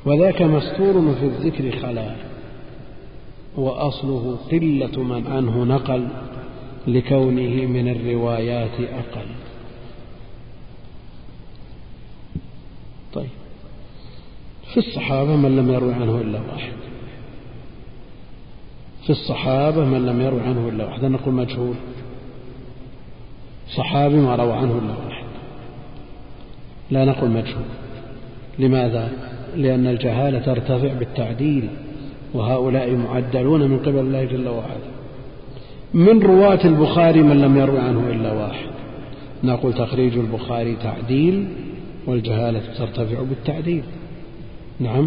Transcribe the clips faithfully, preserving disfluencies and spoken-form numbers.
وذاك مستور في الذكر خلا، وأصله قلة من عنه نقل لكونه من الروايات أقل. طيب، في الصحابة من لم يروي عنه إلا واحد، في الصحابة من لم يروي عنه إلا واحد، نقول مجهول، صحابي ما روى عنه إلا واحد، لا نقول مجهول. لماذا؟ لأن الجهالة ترتفع بالتعديل، وهؤلاء معدلون من قبل الله جل وعلا. من رواة البخاري من لم يروي عنه إلا واحد، نقول تخريج البخاري تعديل، والجهالة ترتفع بالتعديل. نعم.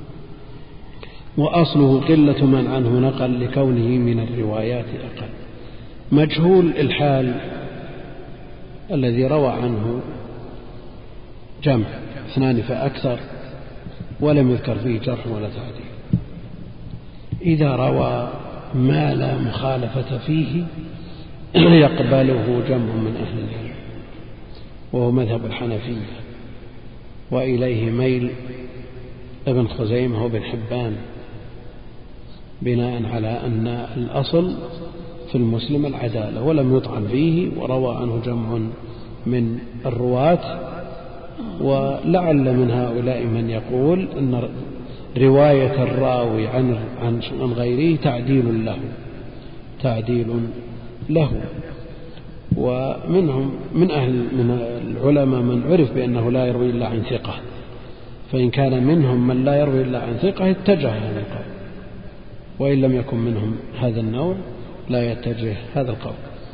وأصله قلة من عنه نقل لكونه من الروايات أقل. مجهول الحال الذي روى عنه جمع اثنان فأكثر ولم يذكر فيه جرح ولا تعديل، إذا روى ما لا مخالفة فيه يقبله جمع من أهل العلم، وهو مذهب الحنفية، وإليه ميل ابن خزيمة وابن حبان، بناء على أن الأصل في المسلم العدالة ولم يطعن فيه، وروى عنه جمع من الرواة. ولعل من هؤلاء من يقول أن رواية الراوي عن عن غيره تعديل له تعديل له ومنهم من أهل من العلماء من عرف بأنه لا يروي إلا عن ثقة، فإن كان منهم من لا يروي إلا عن ثقة اتجه هذا القول، وإن لم يكن منهم هذا النوع لا يتجه هذا القول.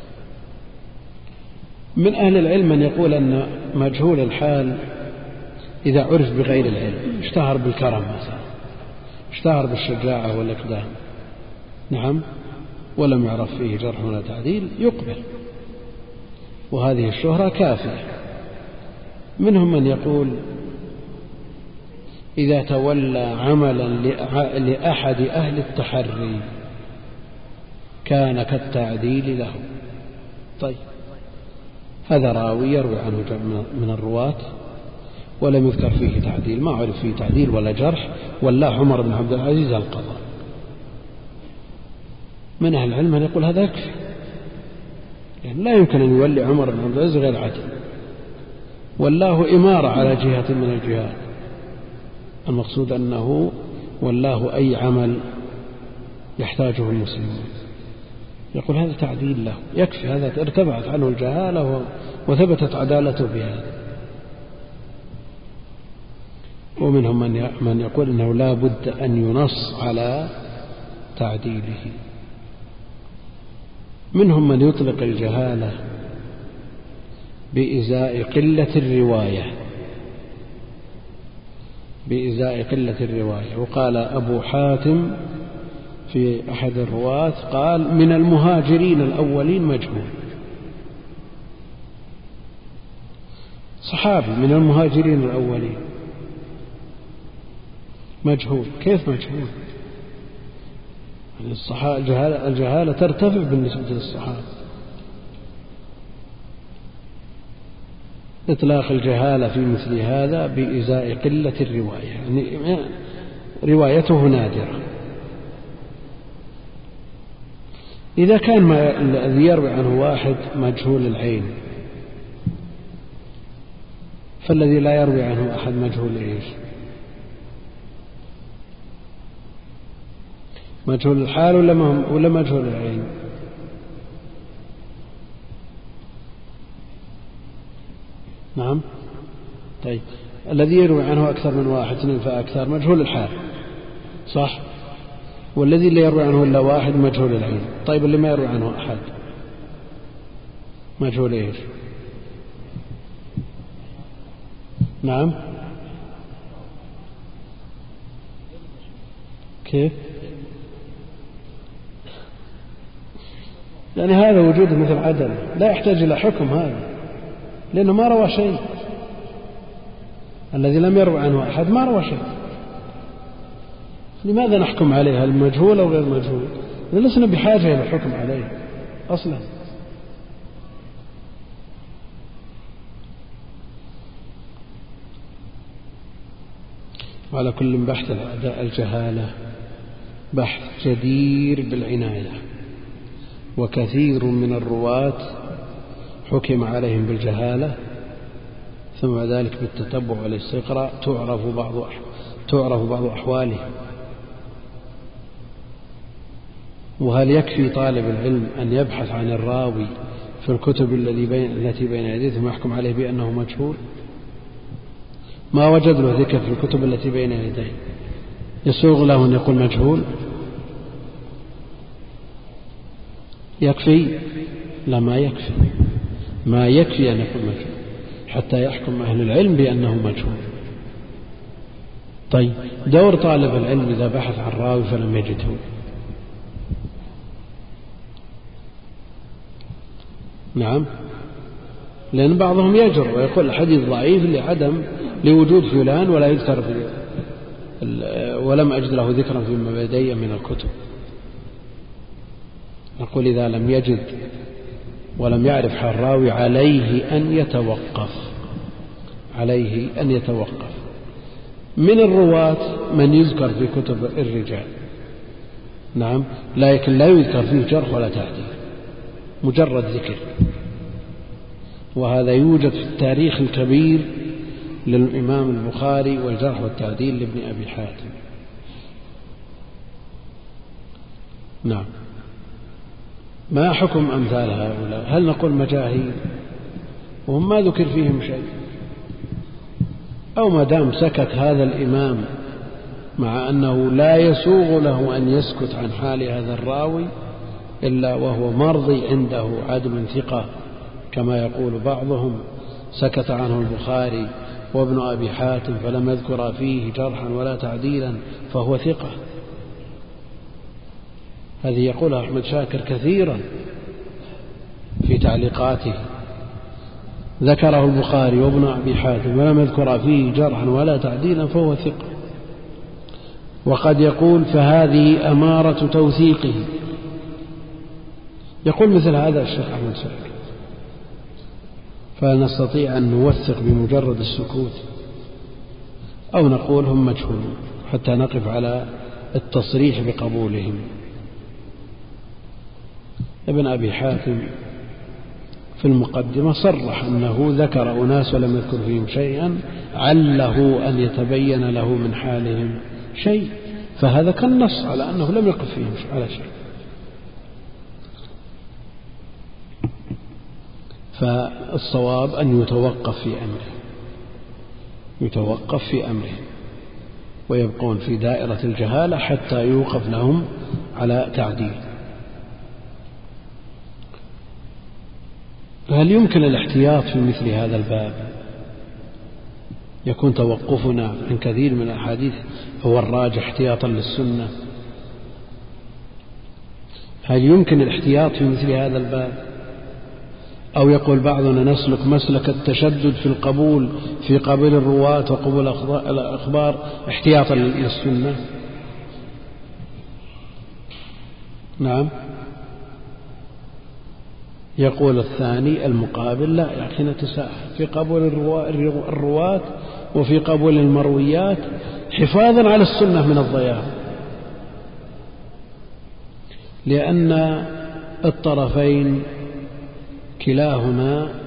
من أهل العلم من يقول أن مجهول الحال إذا عرف بغير العلم، اشتهر بالكرم مثلا، اشتهر بالشجاعة والإقدام، نعم، ولم يعرف فيه جرح ولا تعديل، يقبل، وهذه الشهرة كافية. منهم من يقول إذا تولى عملا لأحد أهل التحري كان كالتعديل له. طيب، هذا راوي يروي عنه من الرواة ولم يذكر فيه تعديل، ما عرف فيه تعديل ولا جرح، ولا عمر بن عبد العزيز القضاء. من أهل العلم من يقول هذا يكفي، يعني لا يمكن أن يولي عمر بن عبد العزيز غير عدل، والله إمارة على جهة من الجهات، المقصود أنه والله أي عمل يحتاجه المسلمون، يقول هذا تعديل له يكفي، هذا ارتفعت عنه الجهالة وثبتت عدالته بهذا. ومنهم من يقول أنه لا بد أن ينص على تعديله. منهم من يطلق الجهالة بإزاء قلة الرواية بإزاء قلة الرواية وقال أبو حاتم في أحد الرواة قال من المهاجرين الأولين مجهول، صحابي من المهاجرين الأولين مجهول. كيف مجهول؟ الجهالة, الجهالة ترتفع بالنسبة للصحابة. إطلاق الجهالة في مثل هذا بإزاء قلة الرواية، يعني روايته نادرة. إذا كان الذي يروي عنه واحد مجهول العين، فالذي لا يروي عنه أحد مجهول إيش؟ مجهول الحال ولا ولا مجهول العين؟ نعم. طيب، الذي يروي عنه أكثر من واحد اثنين فأكثر مجهول الحال، صح؟ والذي لا يروي عنه إلا واحد مجهول العين. طيب، اللي ما يروي عنه أحد مجهول إيش؟ نعم. كيف؟ يعني هذا وجود مثل عدم لا يحتاج إلى حكم هذا، لأنه ما روى شيء. الذي لم يروي عنه أحد ما روى شيء، لماذا نحكم عليه المجهول أو غير مجهول؟ لسنا بحاجة إلى الحكم عليه أصلا. وعلى كل بحث الجهالة بحث جدير بالعناية، وكثير من الرواة حكم عليهم بالجهالة، ثم ذلك بالتتبع والاستقراء تعرف بعض تعرف بعض أحوالهم. وهل يكفي طالب العلم أن يبحث عن الراوي في الكتب التي بين يديه ثم يحكم عليه بأنه مجهول؟ ما وجد له ذكر في الكتب التي بين يديه يسوغ له أن يقول مجهول؟ يكفي؟ لا، ما يكفي، ما يكفي أن يقول مجهول حتى يحكم أهل العلم بأنه مجهول. طيب، دور طالب العلم إذا بحث عن راوي فلم يجده، نعم، لأن بعضهم يجر ويقول الحديث ضعيف لعدم لوجود فلان ولا يذكر في ولم أجد له ذكرا فيما لدي من الكتب. نقول إذا لم يجد ولم يعرف حال الراوي عليه أن يتوقف عليه أن يتوقف من الرواة من يذكر في كتب الرجال، نعم، لكن لا يذكر فيه جرح ولا تعديل، مجرد ذكر. وهذا يوجد في التاريخ الكبير للإمام البخاري والجرح والتعديل لابن أبي حاتم. نعم، ما حكم أمثال هؤلاء؟ هل نقول مجاهيل وهم ما ذكر فيهم شيء، أو ما دام سكت هذا الإمام مع أنه لا يسوغ له أن يسكت عن حال هذا الراوي إلا وهو مرضي عنده عدل ثقة كما يقول بعضهم، سكت عنه البخاري وابن أبي حاتم فلم يذكر فيه جرحا ولا تعديلا فهو ثقة. هذه يقولها أحمد شاكر كثيرا في تعليقاته، ذكره البخاري وابن أبي حاتم ولم يذكر فيه جرحا ولا تعديلا فهو ثقة. وقد يقول فهذه أمارة توثيقه، يقول مثل هذا الشيخ أحمد شاكر، فنستطيع أن نوثق بمجرد السكوت أو نقول هم مجهولون حتى نقف على التصريح بقبولهم. ابن أبي حاتم في المقدمة صرح أنه ذكر أناس ولم يذكر فيهم شيئا عله أن يتبين له من حالهم شيء، فهذا كالنص على أنه لم يقف فيهم على شيء. فالصواب أن يتوقف في أمره يتوقف في أمره ويبقون في دائرة الجهالة حتى يوقف لهم على تعديل. هل يمكن الاحتياط في مثل هذا الباب؟ يكون توقفنا عن كثير من الأحاديث هو الراجح احتياطا للسنة. هل يمكن الاحتياط في مثل هذا الباب؟ أو يقول بعضنا نسلك مسلك التشدد في القبول في قبول الرواة وقبول الأخبار احتياطا للسنة؟ نعم. يقول الثاني المقابل لا يا أخي نتساهل في قبول الرواة وفي قبول المرويات حفاظا على السنة من الضياع، لأن الطرفين كلاهما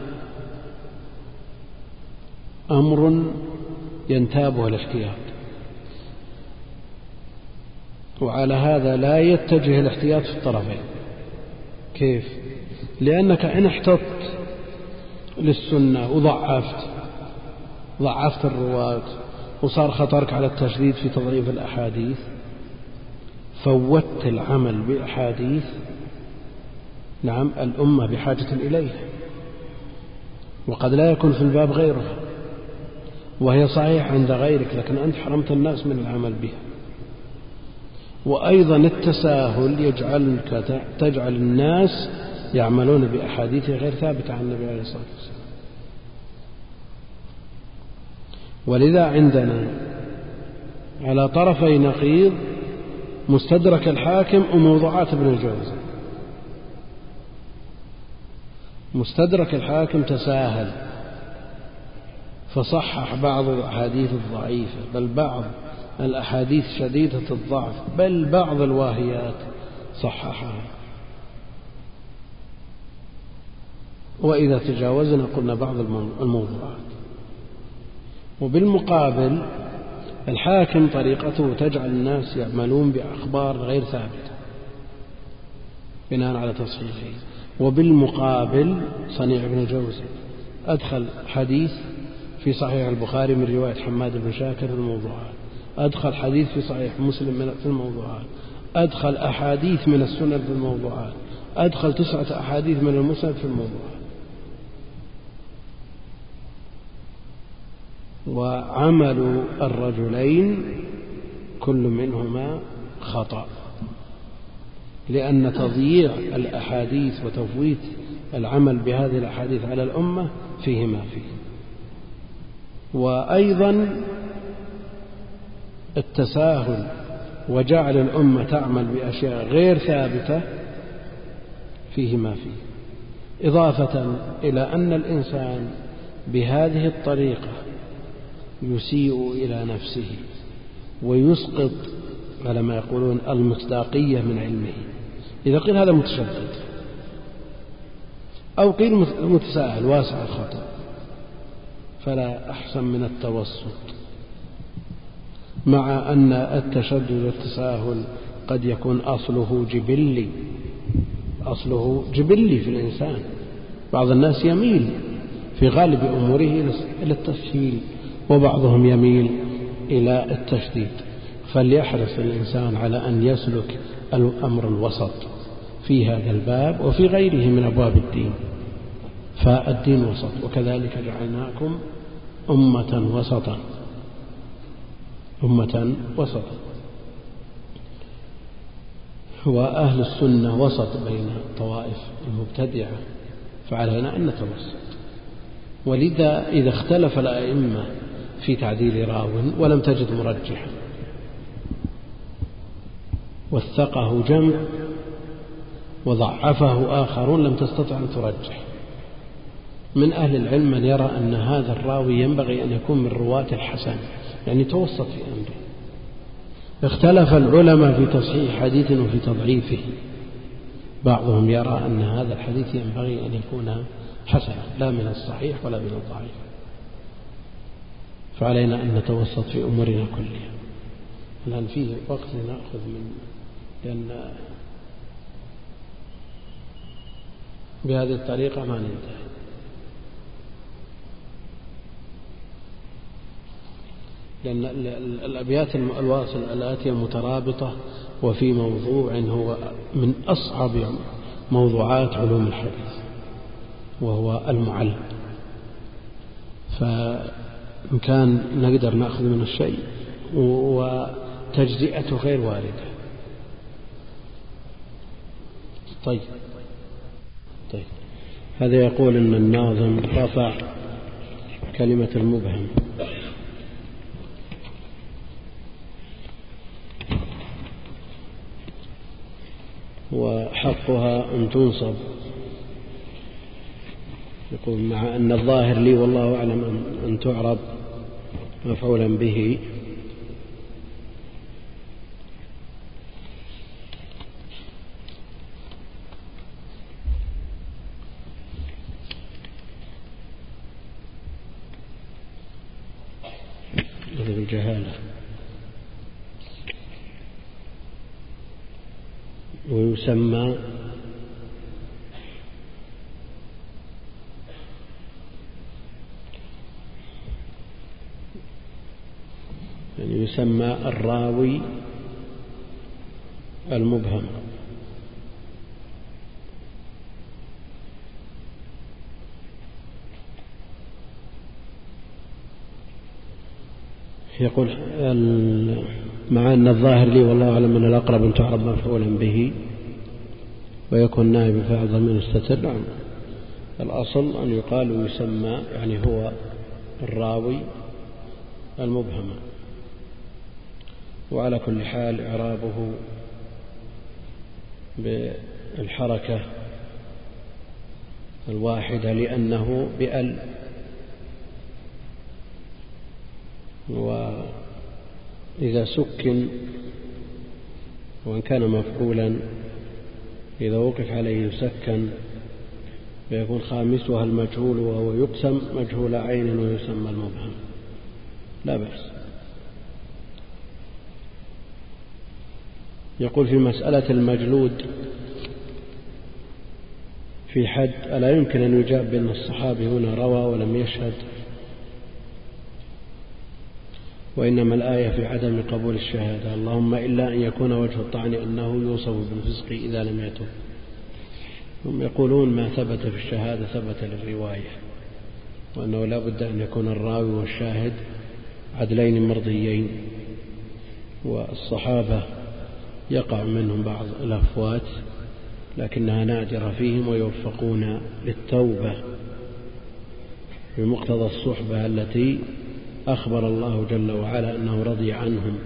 أمر ينتابه الاحتياط، وعلى هذا لا يتجه الاحتياط في الطرفين. كيف؟ لأنك إن احتطت للسنة وضعفت ضعفت الرواة وصار خطرك على التشديد في تضعيف الأحاديث فوتت العمل بأحاديث نعم الأمة بحاجة إليها، وقد لا يكون في الباب غيرها وهي صحيح عند غيرك لكن أنت حرمت الناس من العمل بها. وأيضا التساهل يجعلك تجعل الناس يعملون بأحاديث غير ثابتة عن النبي عليه الصلاة والسلام. ولذا عندنا على طرفي نقيض مستدرك الحاكم وموضوعات ابن الجوزي. مستدرك الحاكم تساهل فصحح بعض الأحاديث الضعيفة، بل بعض الأحاديث شديدة الضعف، بل بعض الواهيات صححها. وإذا تجاوزنا قلنا بعض الموضوعات. وبالمقابل الحاكم طريقته تجعل الناس يعملون بأخبار غير ثابتة بناء على تصحيحه. وبالمقابل صنيع ابن الجوزي أدخل حديث في صحيح البخاري من رواية حماد بن شاكر في الموضوعات، أدخل حديث في صحيح مسلم في الموضوعات، أدخل أحاديث من السنن في الموضوعات، أدخل تسعة أحاديث من المسند في الموضوعات. وعمل الرجلين كل منهما خطأ، لأن تضييع الأحاديث وتفويت العمل بهذه الأحاديث على الأمة فيه ما فيه. وأيضا التساهل وجعل الأمة تعمل بأشياء غير ثابتة فيه ما فيه، إضافة إلى أن الإنسان بهذه الطريقة يسيء إلى نفسه ويسقط على ما يقولون المصداقية من علمه. إذا قيل هذا متشدد أو قيل متساهل واسع الخطأ، فلا أحسن من التوسط، مع أن التشدد والتساهل قد يكون أصله جبلي، أصله جبلي في الإنسان. بعض الناس يميل في غالب أموره إلى التسهيل، وبعضهم يميل إلى التشديد. فليحرص الإنسان على أن يسلك الأمر الوسط في هذا الباب وفي غيره من أبواب الدين، فالدين وسط. وكذلك جعلناكم أمة وسطا، أمة وسطا. وأهل السنة وسط بين الطوائف المبتدعة، فعلينا أن نتوسط. ولذا إذا اختلف الأئمة في تعديل راو ولم تجد مرجحا وثقه جمع وضعفه آخرون لم تستطع أن ترجح، من أهل العلم من يرى أن هذا الراوي ينبغي أن يكون من رواة الحسن، يعني توسط في أمره. اختلف العلماء في تصحيح حديث وفي تضعيفه، بعضهم يرى أن هذا الحديث ينبغي أن يكون حسنا لا من الصحيح ولا من الضعيف. فعلينا أن نتوسط في أمورنا كلها. الآن فيه وقت نأخذ من، لأن بهذه الطريقة ما ننتهي. لأن الأبيات الواصل الآتية مترابطة وفي موضوع هو من أصعب موضوعات علوم الحديث وهو المعل، فإن كان نقدر نأخذ من الشيء وتجزئته غير واردة. طيب طيب هذا يقول أن الناظم رفع كلمة المبهم، وحقها أن تنصب. يقول مع أن الظاهر لي والله أعلم أن تعرب مفعولا به، هذا بالجهالة، ويسمى يعني يسمى الراوي المبهم. يقول مع أن الظاهر لي والله أعلم من الأقرب أن تعرب مفعولا به ويكون نائب فاعل ضمير مستتر. نعم، الأصل أن يقال ويسمى، يعني هو الراوي المبهم. وعلى كل حال إعرابه بالحركة الواحدة لأنه بأل، إذا سكن وإن كان مفعولا إذا وقف عليه يسكن فيكون خامسها المجهول وهو يقسم مجهول عين ويسمى المبهم، لا بأس. يقول في مسألة المجلود في حد ألا يمكن أن يجاب بأن الصحابي هنا روى ولم يشهد، وإنما الآية في عدم قبول الشهادة، اللهم إلا أن يكون وجه الطعن أنه يوصف بالفسق إذا لم يتب. هم يقولون ما ثبت في الشهادة ثبت للرواية، وأنه لا بد أن يكون الراوي والشاهد عدلين مرضيين، والصحابة يقع منهم بعض الأفوات لكنها نادرة فيهم ويوفقون للتوبة بمقتضى الصحبة التي أخبر الله جل وعلا أنه رضي عنهم.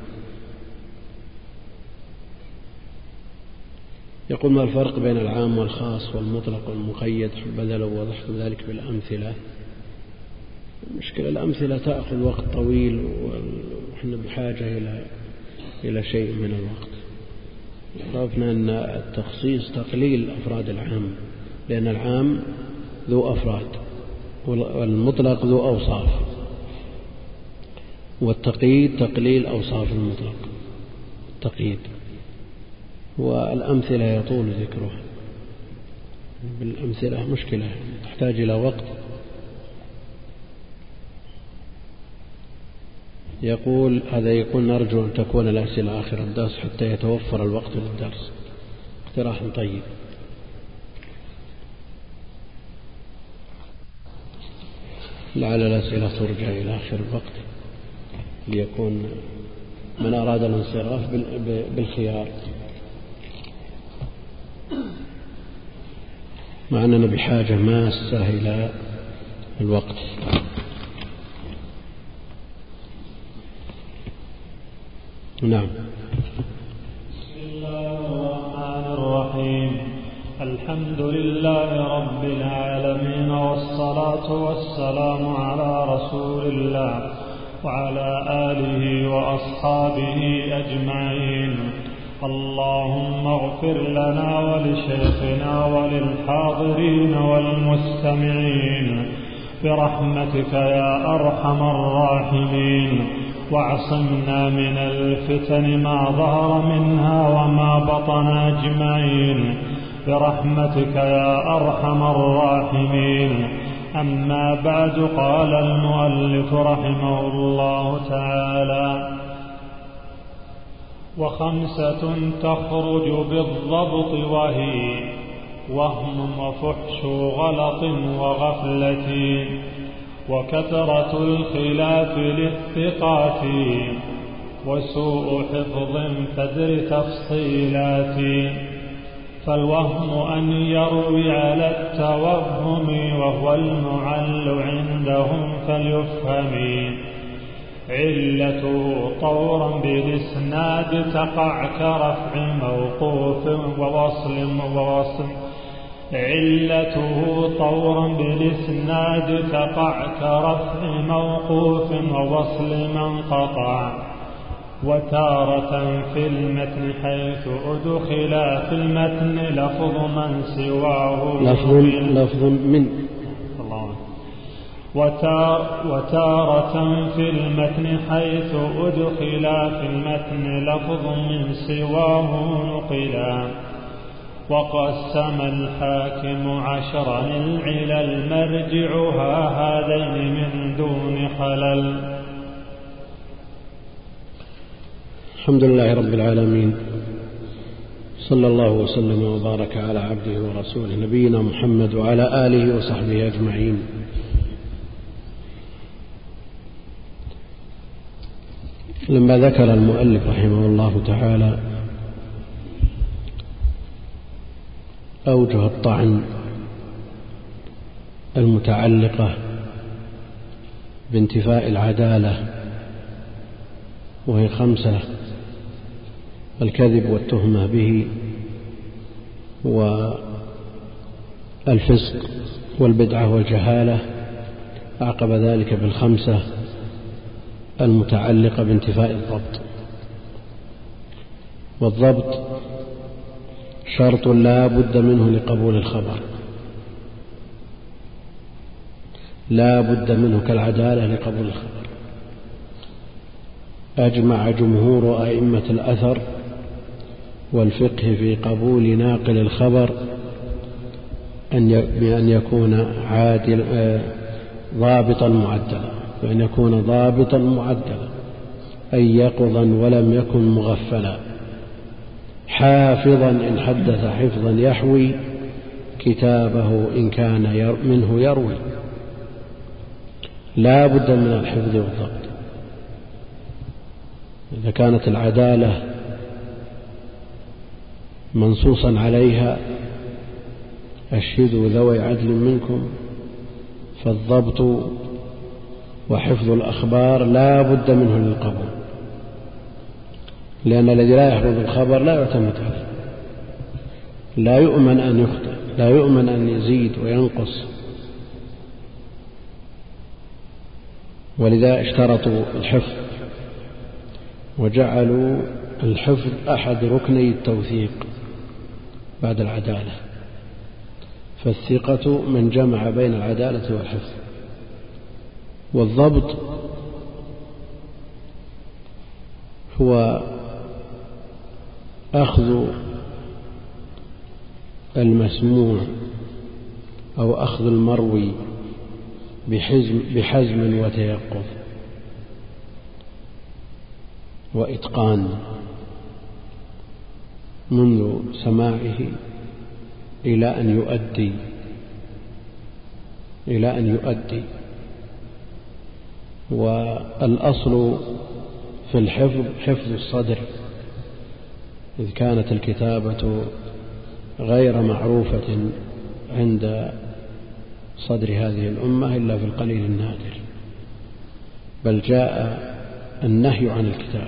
يقول ما الفرق بين العام والخاص والمطلق والمقيد؟ حبذا لو وضحت ذلك بالأمثلة. المشكلة الأمثلة تأخذ وقت طويل ونحن بحاجة إلى إلى شيء من الوقت. عرفنا أن التخصيص تقليل أفراد العام، لأن العام ذو أفراد والمطلق ذو أوصاف، والتقييد تقليل أوصاف المطلق تقييد. والأمثلة يطول ذكرها، بالأمثلة مشكلة تحتاج إلى وقت. يقول هذا يقول نرجو أن تكون الأسئلة آخر الدرس حتى يتوفر الوقت للدرس. اقتراح طيب. لعل الأسئلة ترجع إلى آخر الوقت ليكون من أراد الانصراف بالخيار، مع أننا بحاجة ماسة إلى الوقت. نعم. بسم الله الرحمن الرحيم. الحمد لله رب العالمين، والصلاة والسلام على رسول الله وعلى آله وأصحابه أجمعين. اللهم اغفر لنا ولشيخنا وللحاضرين والمستمعين برحمتك يا أرحم الراحمين، واعصمنا من الفتن ما ظهر منها وما بطن أجمعين برحمتك يا أرحم الراحمين. أما بعد، قال المؤلف رحمه الله تعالى: وخمسة تخرج بالضبط وهي وهم وفحش غلط وغفلة وكثرة الخلاف للثقات وسوء حفظ تدر تفصيلات. فالوهم أن يروي على التوهم وهو المعل عندهم فليفهم. علته طورا بالإسناد تقع كرفع موقوف ووصل ووصل علته طورا بالإسناد تقع كرفع موقوف ووصل منقطع. وتارة في المتن حيث أدخل في المتن لفظ من سواه لفظ, لفظ من الله. وتارة في المتن حيث أدخل في المتن لفظ من سواه نقلا. وقسم الحاكم عشرا العلل مرجعها هذين من دون خلل. الحمد لله رب العالمين، صلى الله وسلم وبارك على عبده ورسوله نبينا محمد وعلى آله وصحبه أجمعين. لما ذكر المؤلف رحمه الله تعالى أوجه الطعن المتعلقة بانتفاء العدالة، وهي خمسة: الكذب والتهمة به والفسق والبدعة والجهالة، أعقب ذلك بالخمسة المتعلقة بانتفاء الضبط. والضبط شرط لا بد منه لقبول الخبر، لا بد منه كالعدالة لقبول الخبر. أجمع جمهور أئمة الأثر والفقه في قبول ناقل الخبر بأن يكون عادل ضابطا معدلا، بأن يكون ضابطا معدلا أي يقظا ولم يكن مغفلا، حافظا إن حدث حفظا يحوي كتابه إن كان منه يروي. لا بد من الحفظ والضبط. إذا كانت العدالة منصوصا عليها أشهدوا ذوي عدل منكم، فالضبط وحفظ الأخبار لا بد منه للقبول، لأن الذي لا يحفظ الخبر لا يعتمد عليه، لا يؤمن أن يخطئ، لا يؤمن أن يزيد وينقص. ولذا اشترطوا الحفظ وجعلوا الحفظ أحد ركني التوثيق بعد العدالة، فالثقة من جمع بين العدالة والحفظ. والضبط هو أخذ المسموع أو أخذ المروي بحزم, بحزم وتيقظ وإتقان منذ سماعه إلى أن يؤدي إلى أن يؤدي والأصل في الحفظ حفظ الصدر، إذ كانت الكتابة غير معروفة عند صدر هذه الأمة إلا في القليل النادر، بل جاء النهي عن الكتاب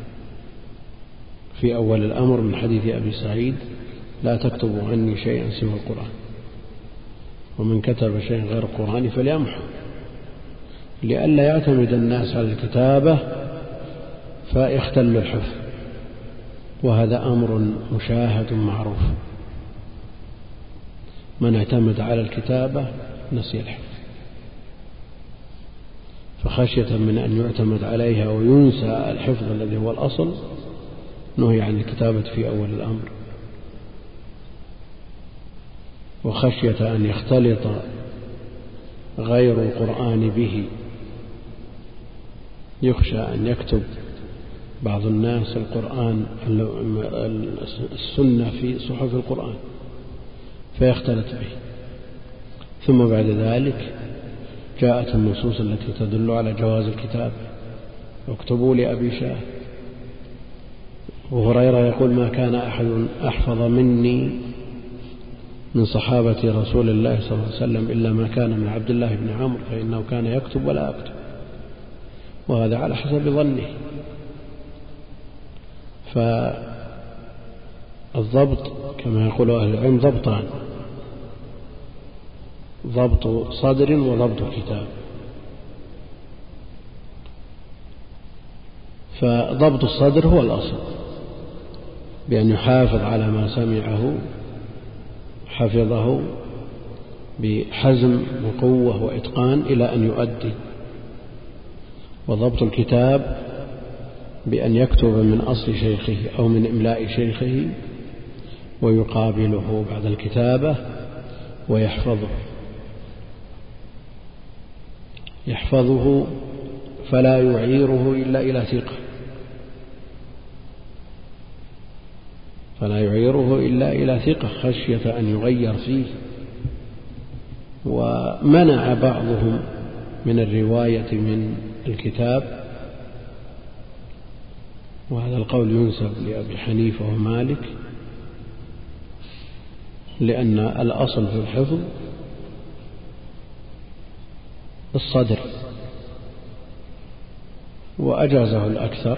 في أول الأمر من حديث أبي سعيد: لا تكتبوا عني شيئا سوى القرآن، ومن كتب شيئا غير القرآن فليمحو، لئلا يعتمد الناس على الكتابة فيختل الحفظ، وهذا أمر مشاهد معروف. من اعتمد على الكتابة نسي الحفظ، فخشية من أن يعتمد عليها وينسى الحفظ الذي هو الأصل نهي عن الكتابة في أول الأمر، وخشية أن يختلط غير القرآن به، يخشى أن يكتب بعض الناس القرآن السنة في صحف القرآن فيختلط به. ثم بعد ذلك جاءت النصوص التي تدل على جواز الكتاب: اكتبوا لأبي شاه. وهريرة يقول: ما كان أحد أحفظ مني من صحابة رسول الله صلى الله عليه وسلم إلا ما كان من عبد الله بن عمرو فإنه كان يكتب ولا أكتب، وهذا على حسب ظنه. فالضبط كما يقول أهل العلم ضبطان: ضبط صدر وضبط كتاب. فضبط الصدر هو الأصل، بأن يحافظ على ما سمعه، حفظه بحزم وقوة وإتقان إلى أن يؤدي. وضبط الكتاب بأن يكتب من أصل شيخه أو من إملاء شيخه ويقابله بعد الكتابة ويحفظه يحفظه فلا يعيره إلا إلى ثقة، فلا يعيره إلا إلى ثقة خشية أن يغير فيه. ومنع بعضهم من الرواية من الكتاب، وهذا القول ينسب لأبي حنيفة ومالك، لأن الأصل في الحفظ الصدر، وأجازه الأكثر،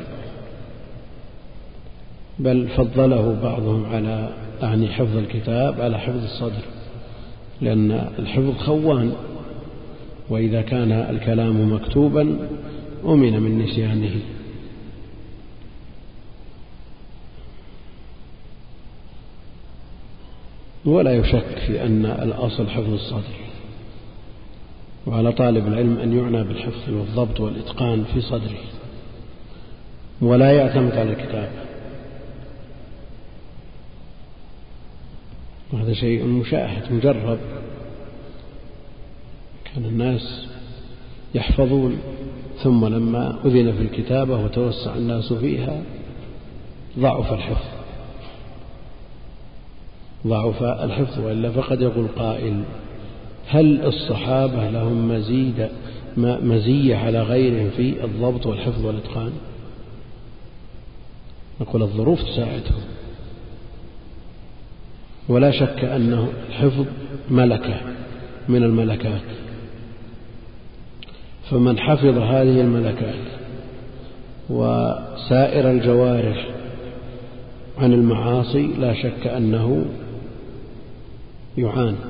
بل فضله بعضهم على أعني حفظ الكتاب على حفظ الصدر، لأن الحفظ خوان، وإذا كان الكلام مكتوبا أمن من نسيانه. ولا يشك في أن الأصل حفظ الصدر، وعلى طالب العلم أن يعنى بالحفظ والضبط والإتقان في صدره ولا يعتمد على الكتاب. وهذا شيء مشاهد مجرب، كان الناس يحفظون ثم لما أذن في الكتابة وتوسع الناس فيها ضعف الحفظ ضعف الحفظ وإلا فقد يقول قائل: هل الصحابة لهم مزيد مزية على غيرهم في الضبط والحفظ والإتقان؟ نقول الظروف تساعدهم، ولا شك أنه الحفظ ملكة من الملكات، فمن حفظ هذه الملكات وسائر الجوارح عن المعاصي لا شك أنه يعان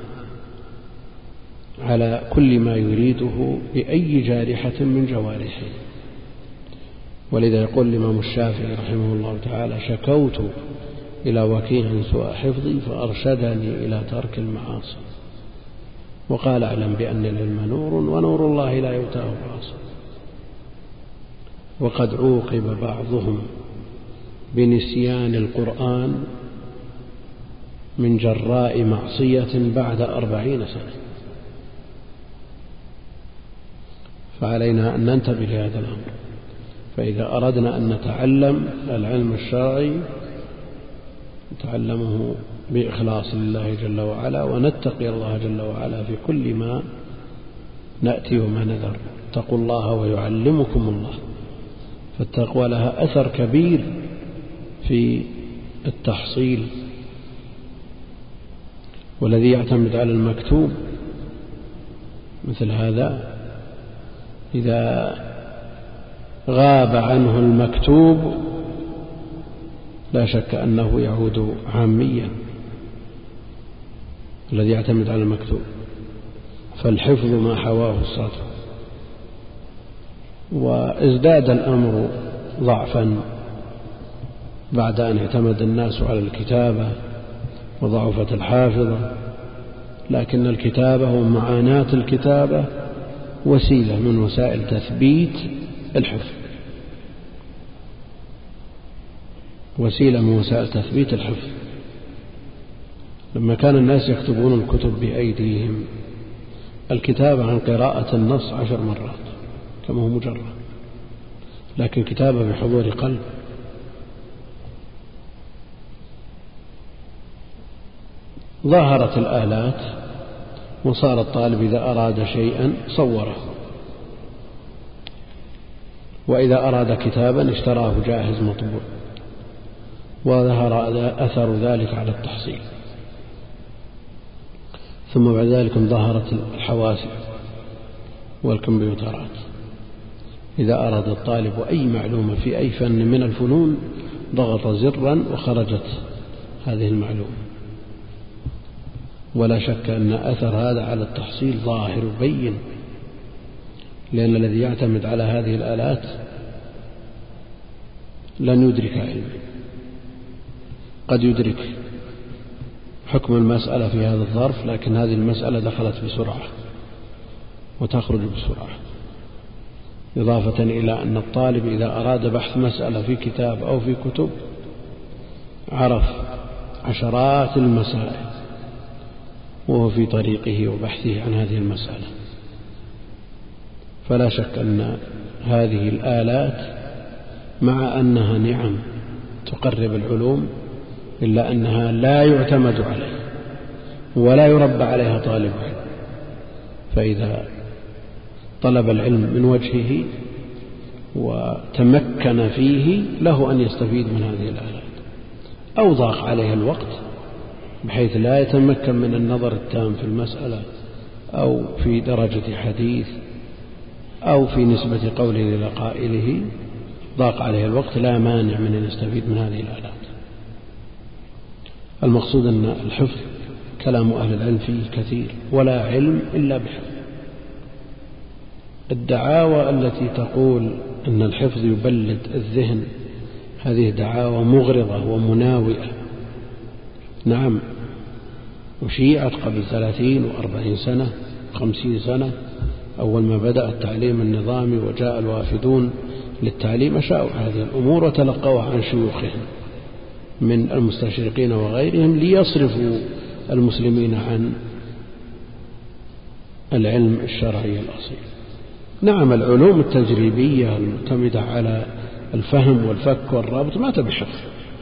على كل ما يريده بأي جارحة من جوارحه. ولذا يقول الإمام الشافعي رحمه الله تعالى: شكوت إلى وكيع سوء حفظي فأرشدني إلى ترك المعاصي، وقال: أعلم بأن العلم نور ونور الله لا يؤتاه عاصي. وقد عوقب بعضهم بنسيان القرآن من جراء معصية بعد أربعين سنة. فعلينا أن ننتبه لهذا الأمر، فإذا أردنا أن نتعلم العلم الشرعي نتعلمه بإخلاص لله جل وعلا، ونتقي الله جل وعلا في كل ما نأتي وما نذر. اتقوا الله ويعلمكم الله، فالتقوى لها أثر كبير في التحصيل. والذي يعتمد على المكتوب مثل هذا إذا غاب عنه المكتوب لا شك أنه يعود عاميا. الذي يعتمد على المكتوب، فالحفظ ما حواه الصدر. وازداد الأمر ضعفا بعد أن اعتمد الناس على الكتابة وضعفت الحافظة، لكن الكتابة ومعاناة الكتابة وسيلة من وسائل تثبيت الحفظ، وسيلة من وسائل تثبيت الحفظ. لما كان الناس يكتبون الكتب بأيديهم، الكتابة عن قراءة النص عشر مرات كما هو مجرد، لكن كتابة بحضور قلب. ظهرت الآلات وصار الطالب إذا أراد شيئا صوره، وإذا أراد كتابا اشتراه جاهز مطبوع، وظهر أثر ذلك على التحصيل. ثم بعد ذلك ظهرت الحواسب والكمبيوترات، إذا أراد الطالب أي معلومة في أي فن من الفنون ضغط زرا وخرجت هذه المعلومة. ولا شك أن أثر هذا على التحصيل ظاهر بين، لأن الذي يعتمد على هذه الآلات لن يدرك علما. قد يدرك حكم المسألة في هذا الظرف، لكن هذه المسألة دخلت بسرعة وتخرج بسرعة، إضافة إلى أن الطالب إذا أراد بحث مسألة في كتاب أو في كتب عرف عشرات المسائل وهو في طريقه وبحثه عن هذه المسألة. فلا شك أن هذه الآلات مع أنها نعم تقرب العلوم، إلا أنها لا يعتمد عليها ولا يربى عليها طالب علم. فإذا طلب العلم من وجهه وتمكن فيه له أن يستفيد من هذه الآلات، أو ضاق عليه الوقت بحيث لا يتمكن من النظر التام في المسألة أو في درجة حديث أو في نسبة قوله إلى قائله، ضاق عليه الوقت، لا مانع من أن يستفيد من هذه الآلات. المقصود أن الحفظ كلام أهل العلم فيه كثير، ولا علم إلا بحفظ. الدعاوى التي تقول أن الحفظ يبلد الذهن هذه دعاوى مغرضة ومناوئة. نعم، وشيعت قبل ثلاثين وأربعين سنة خمسين سنة، أول ما بدأ التعليم النظامي وجاء الوافدون للتعليم أشاءوا هذه الأمور وتلقوها عن شيوخهم من المستشرقين وغيرهم ليصرفوا المسلمين عن العلم الشرعي الأصيل. نعم العلوم التجريبية المعتمدة على الفهم والفك والرابط ما تبي حفظ.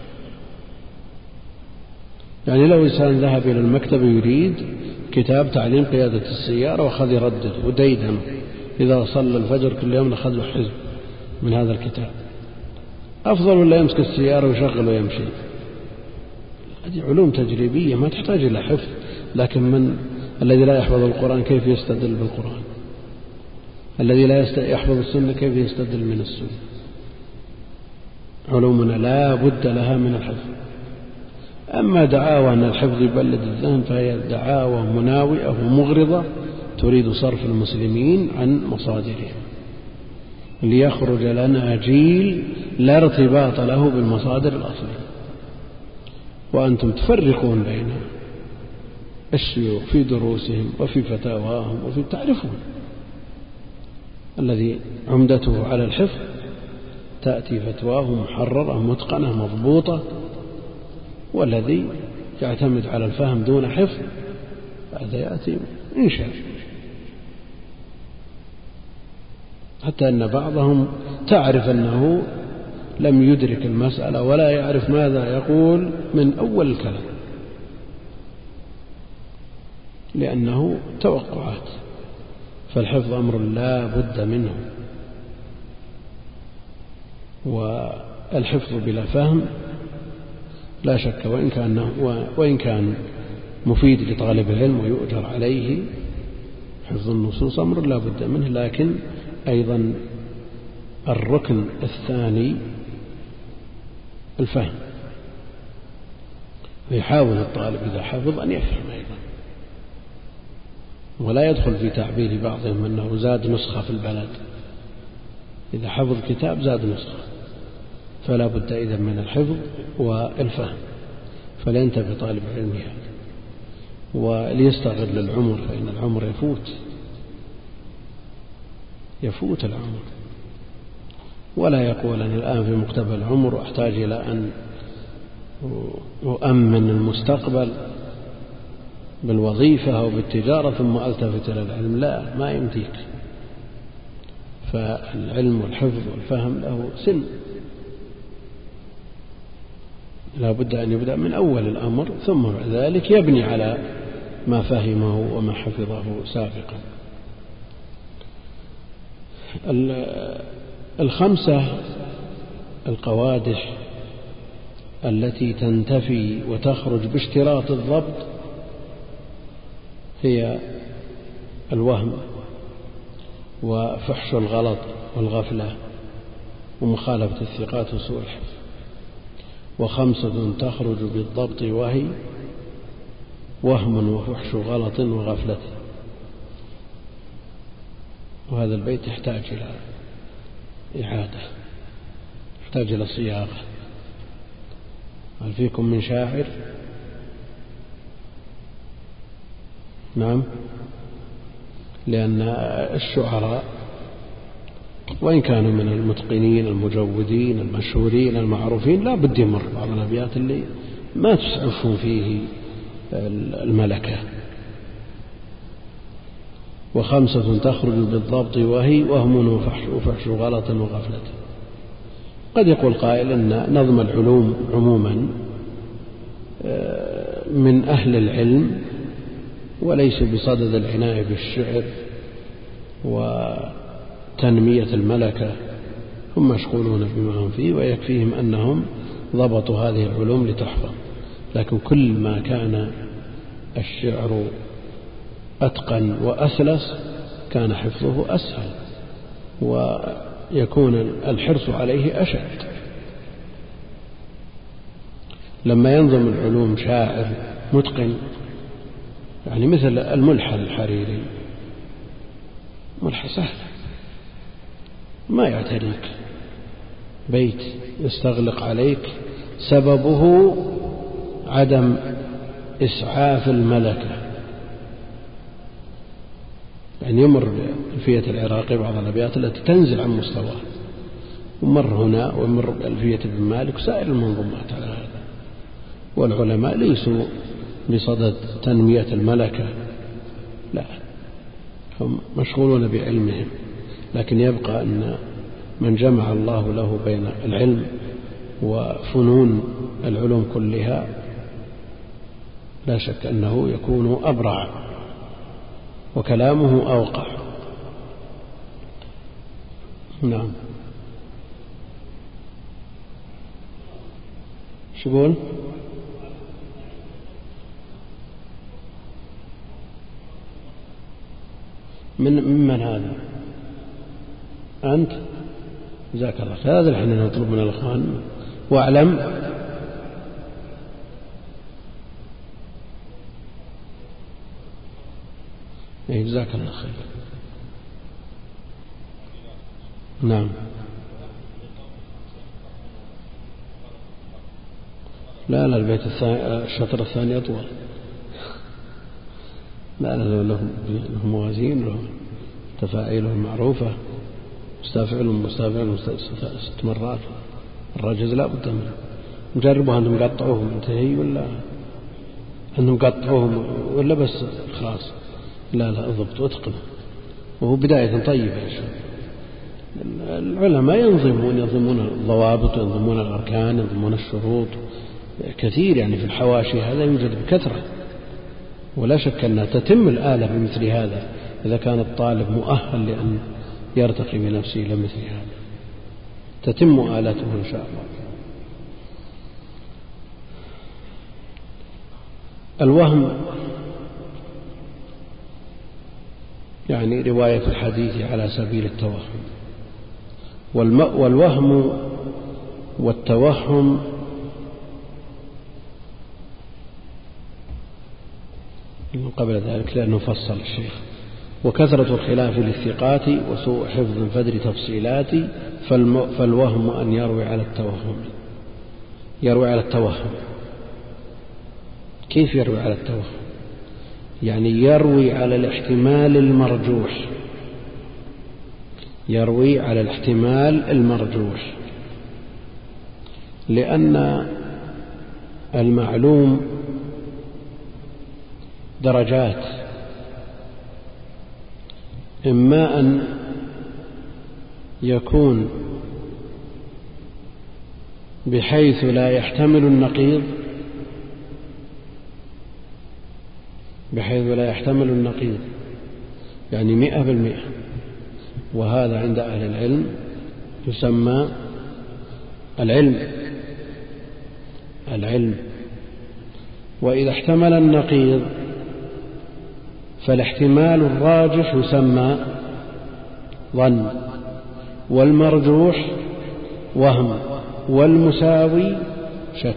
يعني لو إنسان ذهب إلى المكتب يريد كتاب تعليم قيادة السيارة وأخذ يردد وديدن، إذا صلى الفجر كل يوم أخذ له حزب من هذا الكتاب، أفضل ولا يمسك السيارة ويشغل ويمشي؟ هذه علوم تجريبية ما تحتاج إلى حفظ. لكن من الذي لا يحفظ القرآن كيف يستدل بالقرآن؟ الذي لا يحفظ السنة كيف يستدل من السنة؟ علومنا لا بد لها من الحفظ. أما دعاوى أن الحفظ يبلد الذهن فهي دعاوى مناوئة ومغرضة تريد صرف المسلمين عن مصادرهم ليخرج لنا جيل لا ارتباط له بالمصادر الأصلية. وأنتم تفرقون بين الشيوخ في دروسهم وفي فتاواهم وفي تعرفون الذي عمدته على الحفظ تأتي فتواه محررة متقنة مضبوطة، والذي يعتمد على الفهم دون حفظ هذا يأتي إن شاء. حتى أن بعضهم تعرف أنه لم يدرك المسألة ولا يعرف ماذا يقول من أول الكلام، لأنه توقعات. فالحفظ أمر لا بد منه، والحفظ بلا فهم لا شك وإن كان, وإن كان مفيد لطالب العلم ويؤجر عليه، حفظ النصوص أمر لا بد منه. لكن أيضا الركن الثاني الفهم، ويحاول الطالب إذا حفظ أن يفهم أيضا، ولا يدخل في تعبير بعضهم أنه زاد نسخة في البلد. إذا حفظ كتاب زاد نسخة، فلا بد إذن من الحفظ والفهم. فلينتبه طالب العلم هذا وليستغل العمر، فإن العمر يفوت يفوت العمر، ولا يقول أن الآن في مقتبل العمر وأحتاج إلى أن أؤمن المستقبل بالوظيفة أو بالتجارة ثم ألتفت إلى العلم. لا، ما يمديك. فالعلم والحفظ والفهم له سن، لا بد أن يبدأ من أول الأمر ثم بعد ذلك يبني على ما فهمه وما حفظه سابقا. الخمسة القوادح التي تنتفي وتخرج باشتراط الضبط هي الوهم وفحش الغلط والغفلة ومخالفة الثقات وسوء الحفظ. وخمسة تخرج بالضبط وهي وهم وفحش غلط وغفلة. وهذا البيت يحتاج إلى إعادة، يحتاج إلى صياغة. هل فيكم من شاعر؟ نعم، لأن الشعراء وإن كانوا من المتقنين المجودين المشهورين المعروفين لا بد يمر بعض الأبيات اللي ما تسعفهم فيه الملكة. وخمسة تخرج بالضبط وهي وهم وفحش غلط وغفلة. قد يقول قائل إن نظم العلوم عموما من أهل العلم وليس بصدد العناية بالشعر وتنمية الملكة، هم مشغولون بما هم فيه ويكفيهم أنهم ضبطوا هذه العلوم لتحفظ. لكن كل ما كان الشعر أتقن وأسلس كان حفظه أسهل ويكون الحرص عليه أشد. لما ينظم العلوم شاعر متقن، يعني مثل الملحة الحريري، ملحة سهل ما يعتريك بيت يستغلق عليك سببه عدم إسعاف الملكة، يعني يمر بألفية العراقي بعض الأبيات التي تنزل عن مستواه، ومر هنا ومر بألفية ابن مالك وسائر المنظومات على هذا. والعلماء ليسوا بصدد تنمية الملكة، لا، هم مشغولون بعلمهم، لكن يبقى أن من جمع الله له بين العلم وفنون العلوم كلها لا شك أنه يكون أبرع وكلامه أوقع. نعم. شو يقول؟ من ممن هذا؟ أنت؟ جزاك الله خير. هذا الحين نطلب من الأخوان. واعلم إيه، جزاك الله خير. نعم. لا لا، البيت الثاني الشطر الثاني أطول. لا لا، لهم موازين، لهم تفاعيلهم معروفة، مستافعلهم مستافعلهم ست مرات. الرجز لا بد منه. نجربوا أنهم قطعوهم انتهي ولا أنهم قطعوهم ولا بس خلاص؟ لا لا، اضبط واتقن، وهو بداية طيبة يا شيخ. العلماء ينظمون ينظمون الضوابط، ينظمون الأركان، ينظمون الشروط كثير، يعني في الحواشي هذا يوجد بكثرة، ولا شك أنها تتم الآلة بمثل هذا إذا كان الطالب مؤهل لأن يرتقي بنفسه إلى مثل هذا، تتم آلته إن شاء الله. الوهم يعني رواية الحديث على سبيل التوهم، والوهم والتوهم من قبل ذلك لأنه فصل الشيخ: وكثرة الخلاف للثقات وسوء حفظ الفدر تفصيلات، فالوهم أن يروي على التوهم. يروي على التوهم. كيف يروي على التوهم؟ يعني يروي على الاحتمال المرجوح، يروي على الاحتمال المرجوح، لأن المعلوم درجات، إما أن يكون بحيث لا يحتمل النقيض، بحيث لا يحتمل النقيض يعني مئة بالمئة، وهذا عند أهل العلم يسمى العلم العلم وإذا احتمل النقيض فالاحتمال الراجح يسمى ظن، والمرجوح وهم، والمساوي شك.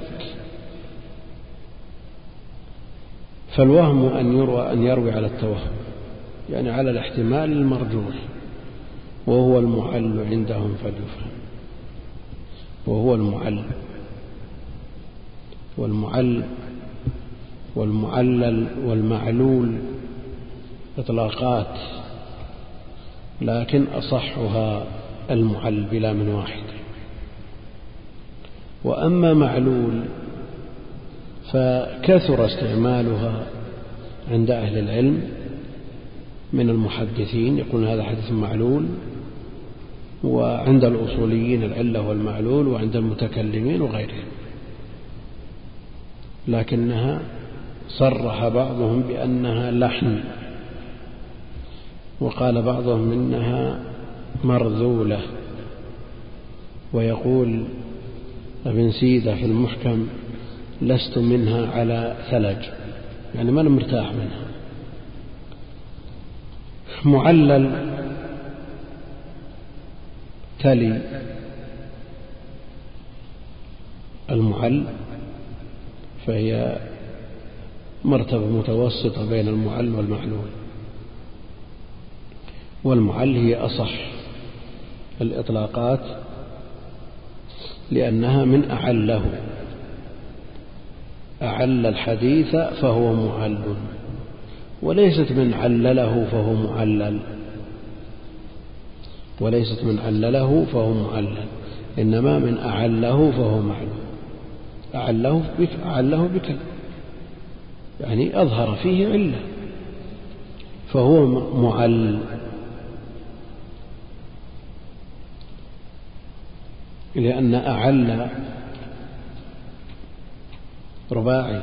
فالوهم أن يروى أن يروي على التوهم، يعني على الاحتمال المرجوح، وهو المعل عندهم فليفهم، وهو المعل والمعل والمعلل والمعلول إطلاقات، لكن أصحها المعل بلا من واحد. وأما معلول فكثر استعمالها عند أهل العلم من المحدثين، يقول هذا حديث معلول، وعند الأصوليين العلة والمعلول، وعند المتكلمين وغيرهم، لكنها صرح بعضهم بأنها لحن، وقال بعضهم إنها مرذولة. ويقول ابن سيدة في المحكم: لست منها على ثلج، يعني ما أنا مرتاح منها. معلل تلي المعل، فهي مرتبة متوسطة بين المعل والمعلول، والمعل هي أصح الإطلاقات لأنها من أعله، أعل الحديث فهو معل، وليست من علله فهو معلل، وليست من علله فهو معلل، إنما من أعله فهو معلول. أعله بك أعله بكلمة، يعني أظهر فيه علة فهو معل، لأن أعل رباعي،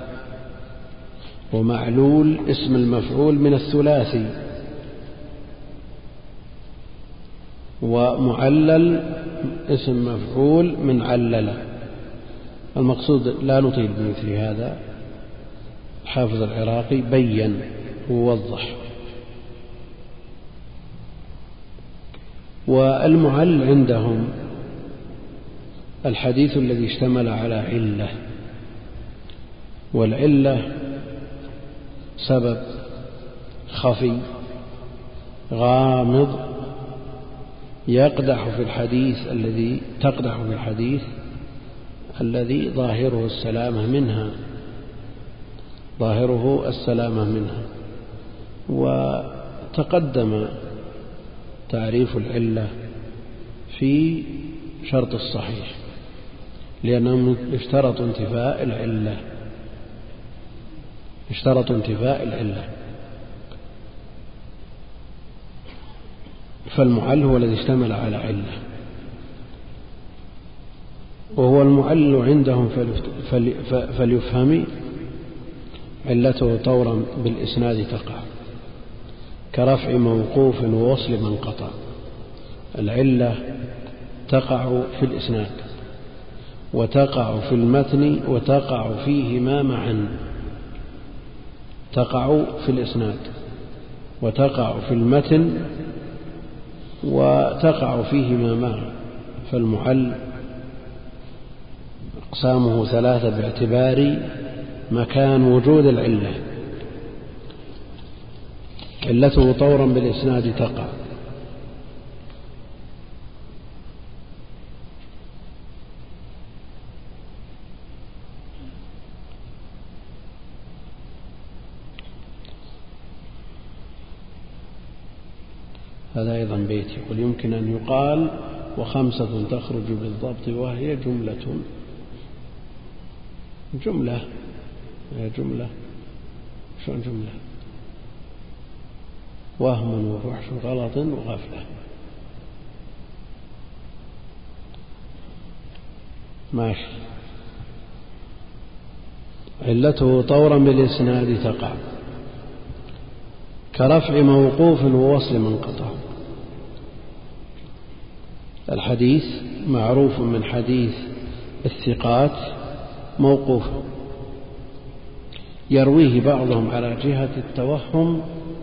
ومعلول اسم المفعول من الثلاثي، ومعلل اسم مفعول من علل. المقصود لا نطيل بمثل هذا، حافظ العراقي بين ووضح. والمعل عندهم الحديث الذي اشتمل على علة، والعلة سبب خفي غامض يقدح في الحديث الذي تقدح في الحديث الذي ظاهره السلامة منها ظاهره السلامة منها وتقدم تعريف العلة في شرط الصحيح، لأنهم اشترطوا انتفاء العلة اشترطوا انتفاء العلة فالمعل هو الذي اشتمل على علة، وهو المعل عندهم فليفهم علته طورا بالإسناد تقع، كرفع موقوف ووصل من قطع. العلة تقع في الإسناد وتقع في المتن وتقع فيهما معا، تقع في الإسناد وتقع في المتن وتقع فيهما معا. فالمعل أقسامه ثلاثة باعتبار مكان وجود العلة. علته طورا بالإسناد تقع، هذا أيضا بيت يقول يمكن أن يقال وخمسة تخرج بالضبط وهي جملة جملة هي جملة شو جملة وهم وفحش غلط وغفلة. ماشي. علته طورا بالإسناد تقع، كرفع موقوف ووصل منقطع. الحديث معروف من حديث الثقات موقوف، يرويه بعضهم على جهة التوهم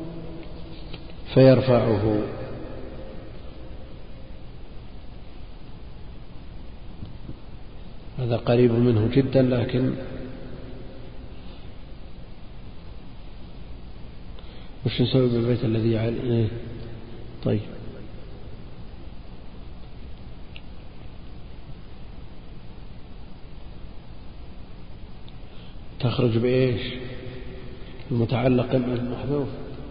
فيرفعه، هذا قريب منه جدا، لكن وش نسوي بالبيت الذي عليه؟ طيب تخرج بإيش؟ المتعلق بالمحذوف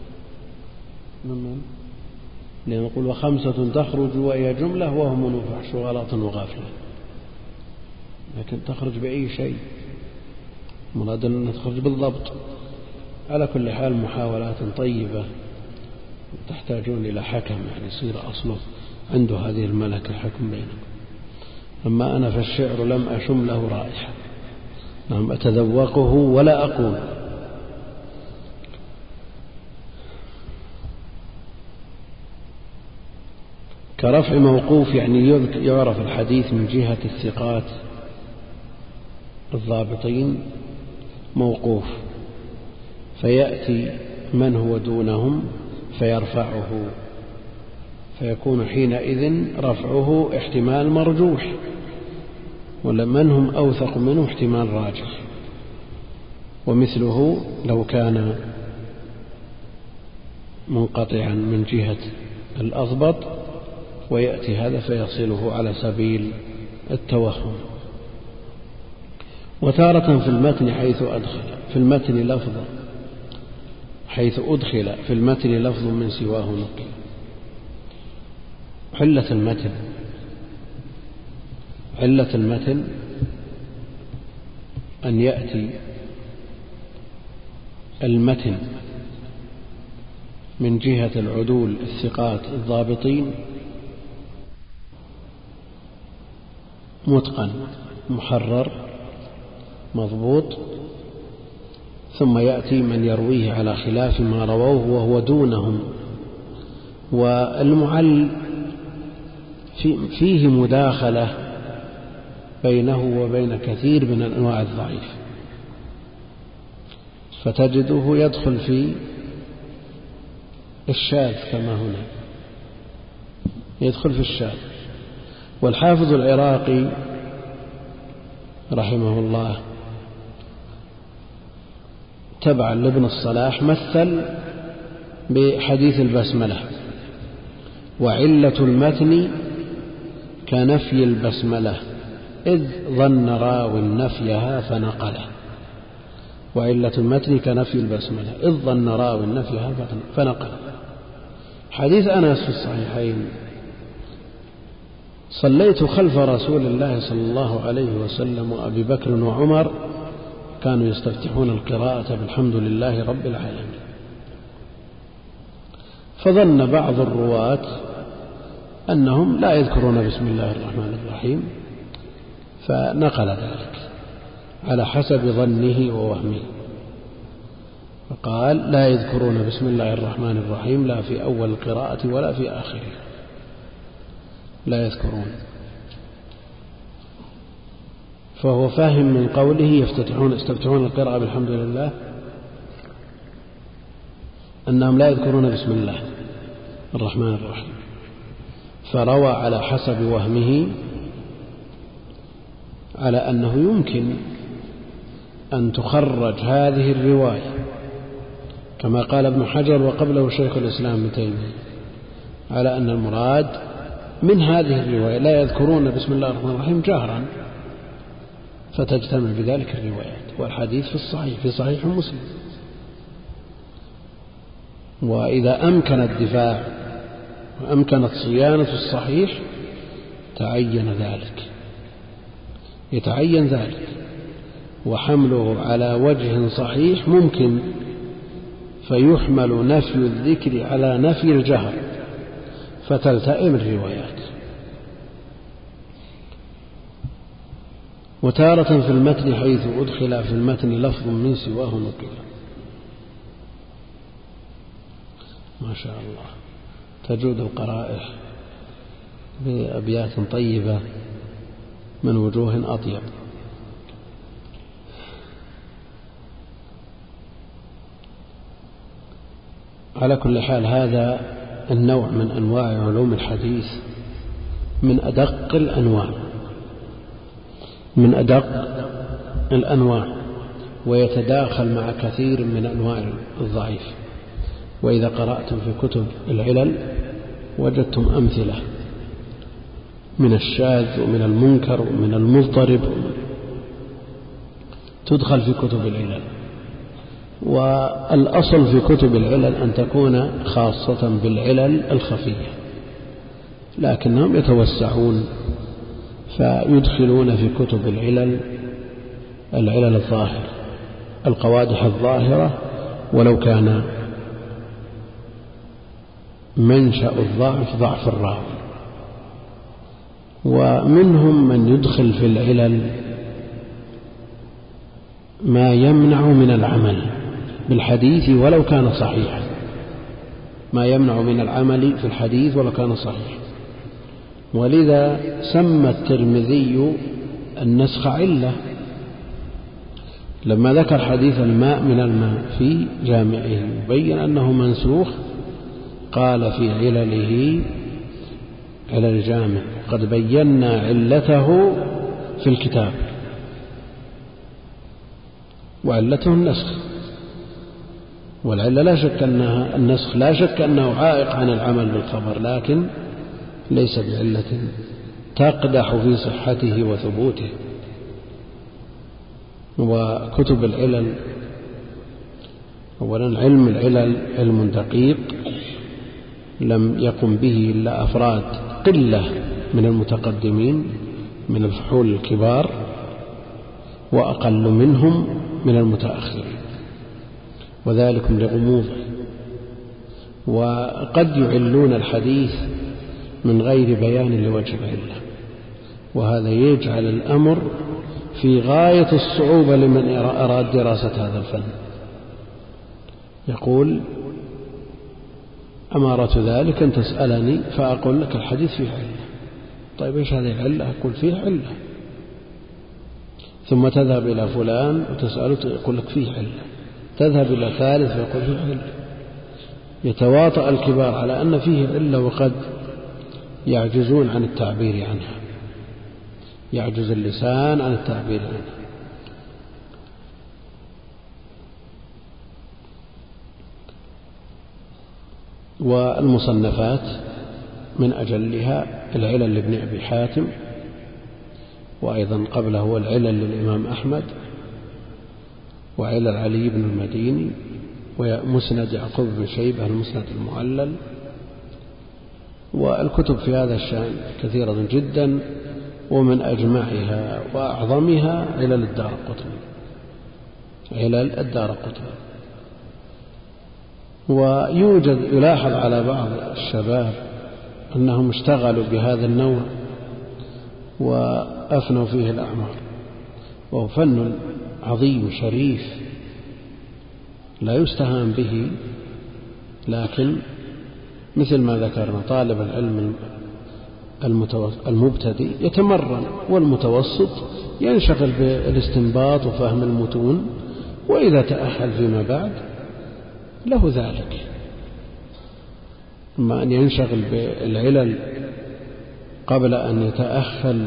من لنقول وخمسة تخرج وهي جملة وهم وفحش وغلط وغافلة، لكن تخرج بأي شيء، مراد أن تخرج بالضبط. على كل حال محاولات طيبة، تحتاجون إلى حكم يعني يصير أصله عنده هذه الملكة الحكم بينكم. أما أنا فالشعر لم أشم له رائحة، نعم أتذوقه ولا أقول. كرفع موقوف يعني يعرف الحديث من جهة الثقات الضابطين موقوف، فيأتي من هو دونهم فيرفعه، فيكون حينئذ رفعه احتمال مرجوح، ولمن هم أوثق منه احتمال راجح. ومثله لو كان منقطعا من جهة الأضبط ويأتي هذا فيصله على سبيل التوهم. وتارة في المتن حيث أدخل في المتن لفظا حيث أدخل في المتن لفظ من سواه نقل. علة المتن علة المتن أن يأتي المتن من جهة العدول الثقات الضابطين متقن محرر مضبوط، ثم يأتي من يرويه على خلاف ما رووه وهو دونهم. والمعل فيه مداخلة بينه وبين كثير من أنواع الضعيف، فتجده يدخل في الشاذ كما هنا يدخل في الشاذ. والحافظ العراقي رحمه الله تبعا لابن الصلاح مثل بحديث البسملة: وعلة المتن كنفي البسملة إذ ظن راو نفيها فنقله. وعلة المتن كنفي البسملة إذ ظن راو نفيها فنقله. حديث أنس في الصحيحين: صليت خلف رسول الله صلى الله عليه وسلم وأبي بكر وعمر كانوا يستفتحون القراءة بالحمد لله رب العالمين، فظن بعض الرواة أنهم لا يذكرون بسم الله الرحمن الرحيم فنقل ذلك على حسب ظنه ووهمه، فقال: لا يذكرون بسم الله الرحمن الرحيم لا في أول القراءة ولا في آخره، لا يذكرون. فهو فاهم من قوله يفتتحون يستفتحون القراءة بالحمد لله أنهم لا يذكرون بسم الله الرحمن الرحيم، فروى على حسب وهمه على أنه يمكن أن تخرج هذه الرواية كما قال ابن حجر وقبله شيخ الإسلام ابن تيمية على أن المراد من هذه الرواية لا يذكرون بسم الله الرحمن الرحيم جهرا، فتجتمع بذلك الروايات. والحديث في الصحيح في صحيح مسلم. وإذا أمكن الدفاع وأمكنت صيانة الصحيح تعين ذلك يتعين ذلك وحمله على وجه صحيح ممكن، فيحمل نفي الذكر على نفي الجهر فتلتئم الروايات. وتارة في المتن حيث أدخل في المتن لفظ من سواه نقل. ما شاء الله تجود القرائح بأبيات طيبة من وجوه أطيب. على كل حال هذا النوع من أنواع علوم الحديث من أدق الأنواع من أدق الأنواع ويتداخل مع كثير من أنواع الضعيف. وإذا قرأتم في كتب العلل وجدتم أمثلة من الشاذ ومن المنكر ومن المضطرب تدخل في كتب العلل. والأصل في كتب العلل أن تكون خاصة بالعلل الخفية، لكنهم يتوسعون فيدخلون في كتب العلل العلل الظاهرة القوادح الظاهرة ولو كان منشأ الضعف ضعف الراوي. ومنهم من يدخل في العلل ما يمنع من العمل بالحديث ولو كان صحيحا ما يمنع من العمل في الحديث ولو كان صحيحا. ولذا سمى الترمذي النسخ علة لما ذكر حديث الماء من الماء في جامعه بين أنه منسوخ، قال في علله علل الجامع قد بينا علته في الكتاب، وعلته النسخ. والعلة لا شك أنها النسخ لا شك أنه عائق عن العمل بالخبر، لكن ليس بعلة تقدح في صحته وثبوته. وكتب العلل، أولا علم العلل علم دقيق لم يقم به إلا أفراد قلة من المتقدمين من الفحول الكبار، وأقل منهم من المتأخرين، وذلك لغموضه. وقد يعلون الحديث من غير بيان لوجه العلة، وهذا يجعل الأمر في غاية الصعوبة لمن أراد دراسة هذا الفن. يقول: أمارة ذلك أن تسألني فأقول لك الحديث فيه علة. طيب إيش هذه العلة؟ أقول فيه علة. ثم تذهب إلى فلان وتسأله يقول لك فيه علة. تذهب إلى ثالث ويقول فيه علة. يتواطأ الكبار على أن فيه علة وقد يعجزون عن التعبير عنها، يعجز اللسان عن التعبير عنها. والمصنفات من أجلها العلل لابن أبي حاتم، وأيضا قبله هو العلل للإمام أحمد، وعلل علي بن المديني، ومسند يعقوب بن شيبة المسند المعلل. والكتب في هذا الشأن كثيرة جدا، ومن أجمعها وأعظمها علل الدارقطني، علل الدارقطني. ويوجد يلاحظ على بعض الشباب أنهم اشتغلوا بهذا النوع وأفنوا فيه الأعمار، وهو فن عظيم شريف لا يستهان به، لكن مثل ما ذكرنا طالب العلم المبتدئ يتمرن، والمتوسط ينشغل بالاستنباط وفهم المتون، وإذا تأهل فيما بعد له ذلك. أما أن ينشغل بالعلل قبل أن يتأهل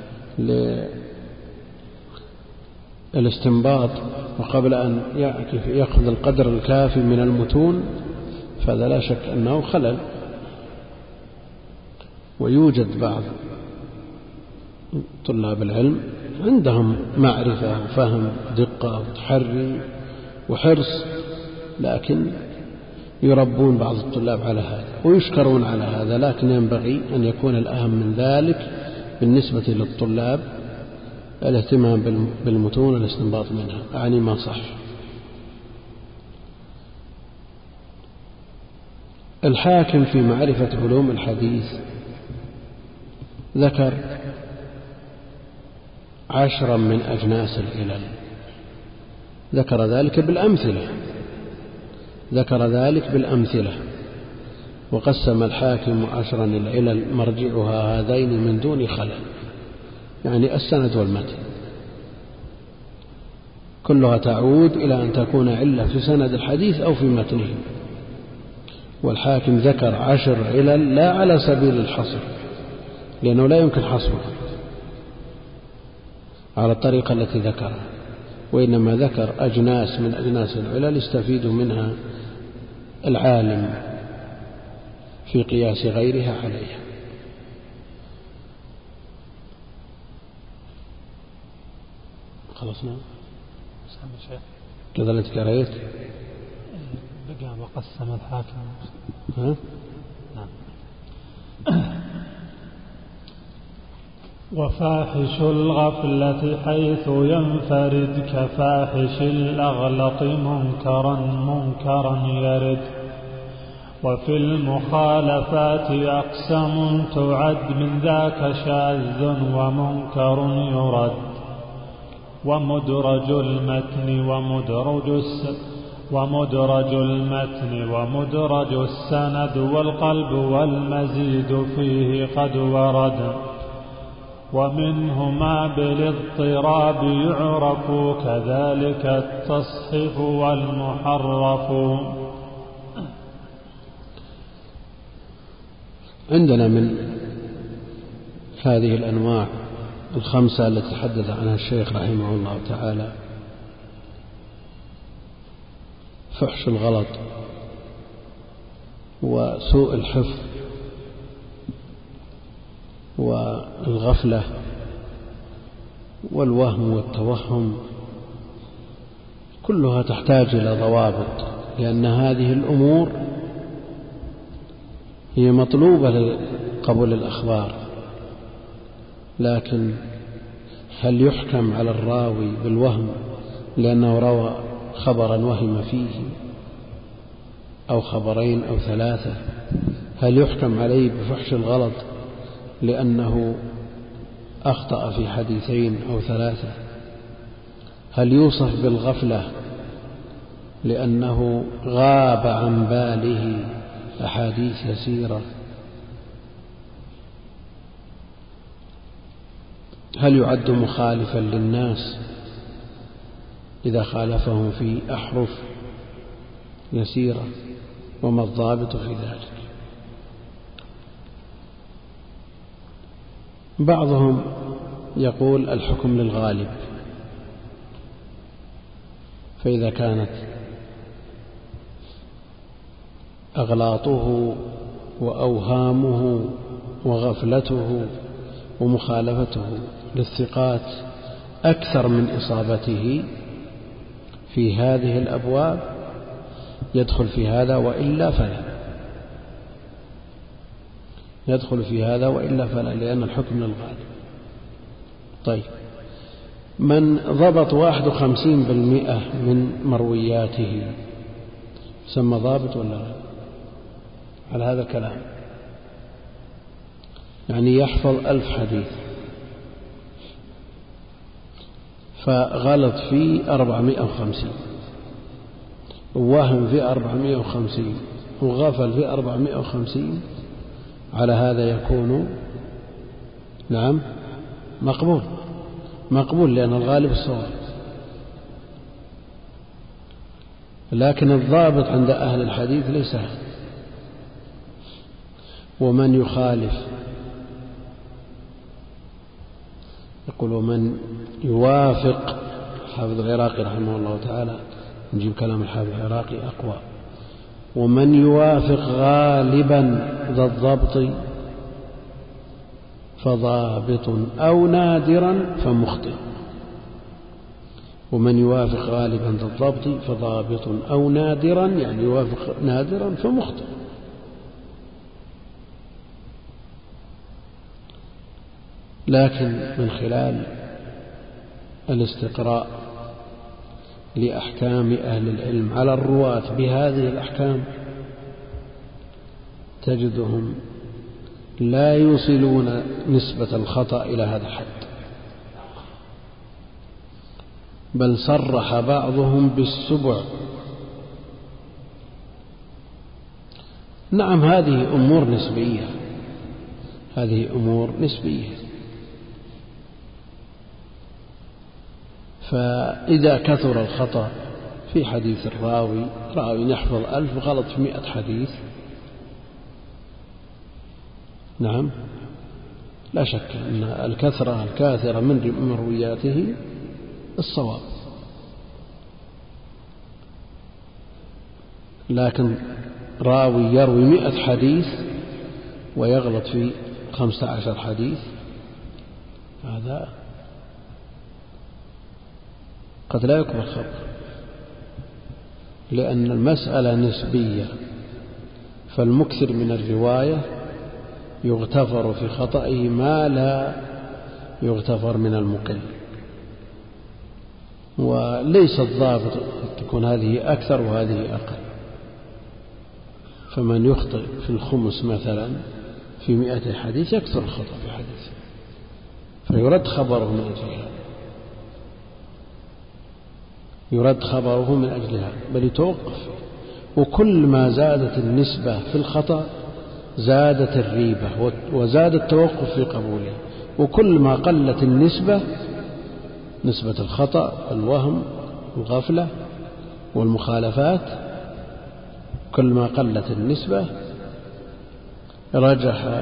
للاستنباط وقبل أن يأخذ القدر الكافي من المتون، فهذا لا شك أنه خلل. ويوجد بعض طلاب العلم عندهم معرفة وفهم دقة وتحري وحرص، لكن يربون بعض الطلاب على هذا ويشكرون على هذا، لكن ينبغي أن يكون الأهم من ذلك بالنسبة للطلاب الاهتمام بالمتون والاستنباط منها، أعني ما صح. الحاكم في معرفة علوم الحديث ذكر عشرا من أجناس العلل، ذكر ذلك بالأمثلة ذكر ذلك بالأمثلة وقسم الحاكم عشرا العلل مرجعها هذين من دون خلل، يعني السند والمتن كلها تعود إلى أن تكون علة في سند الحديث أو في متنه. والحاكم ذكر عشر علل لا على سبيل الحصر، لأنه لا يمكن حصرها على الطريقة التي ذكرها، وإنما ذكر أجناس من أجناس العلل يستفيد منها العالم في قياس غيرها عليها. خلصنا كذا اللي تقرأت بقى وقسم الحاكم. ها؟ نعم. وفاحش الغفلة حيث ينفرد كفاحش الأغلط منكرا منكرا يرد. وفي المخالفات أقسام تعد من ذاك شاذ ومنكر يرد. ومدرج المتن ومدرج السند ومدرج المتن ومدرج السند والقلب والمزيد فيه قد ورد. ومنهما بالاضطراب يعرف كذلك التصحيف والمحرف. عندنا من هذه الأنواع الخمسة التي تحدث عنها الشيخ رحمه الله تعالى فحش الغلط وسوء الحفظ والغفلة والوهم والتوهم كلها تحتاج إلى ضوابط، لأن هذه الأمور هي مطلوبة لقبول الأخبار، لكن هل يحكم على الراوي بالوهم لأنه روى خبرا وهم فيه أو خبرين أو ثلاثة؟ هل يحكم عليه بفحش الغلط لأنه أخطأ في حديثين أو ثلاثة؟ هل يوصف بالغفلة لأنه غاب عن باله أحاديث يسيرة؟ هل يعد مخالفا للناس إذا خالفهم في أحرف يسيرة؟ وما الضابط في ذلك؟ بعضهم يقول الحكم للغالب، فإذا كانت أغلاطه وأوهامه وغفلته ومخالفته للثقات أكثر من إصابته في هذه الأبواب يدخل في هذا وإلا فلا، يدخل في هذا وإلا فلا، لأن الحكم للغالب. طيب، من ضبط واحد وخمسين بالمئة من مروياته سمى ضابط ولا لا؟ على هذا الكلام يعني يحفظ ألف حديث فغلط في أربعمائة وخمسين، ووهم في أربعمائة وخمسين، وغفل في أربعمائة وخمسين، على هذا يكون نعم مقبول مقبول لأن الغالب الصواب. لكن الضابط عند أهل الحديث ليس هذا. ومن يخالف يقول ومن يوافق، حافظ العراقي رحمه الله تعالى، نجيب كلام الحافظ العراقي أقوى، ومن يوافق غالبا ذا الضبط فضابط أو نادرا فمخطئ. ومن يوافق غالبا ذا الضبط فضابط أو نادرا، يعني يوافق نادرا فمخطئ. لكن من خلال الاستقراء لأحكام أهل العلم على الرواة بهذه الأحكام تجدهم لا يوصلون نسبة الخطأ إلى هذا الحد، بل صرح بعضهم بالسبع. نعم، هذه أمور نسبية، هذه أمور نسبية. فإذا كثر الخطأ في حديث الراوي، راوي يحفظ ألف غلط في مئة حديث، نعم لا شك أن الكثرة الكاثرة من مروياته الصواب. لكن راوي يروي مئة حديث ويغلط في خمسة عشر حديث، هذا قد لا يقبل خبر، لأن المسألة نسبية. فالمكثر من الرواية يغتفر في خطئه ما لا يغتفر من المقل، وليس الضابط تكون هذه أكثر وهذه أقل. فمن يخطئ في الخمس مثلا في مئة حديث يكثر الخطأ في حديث، فيرد خبره من أجلها، يرد خبره من أجلها بل يتوقف. وكل ما زادت النسبة في الخطأ زادت الريبة وزاد التوقف في قبوله، وكل ما قلت النسبة، نسبة الخطأ الوهم الغفلة والمخالفات، كل ما قلت النسبة رجح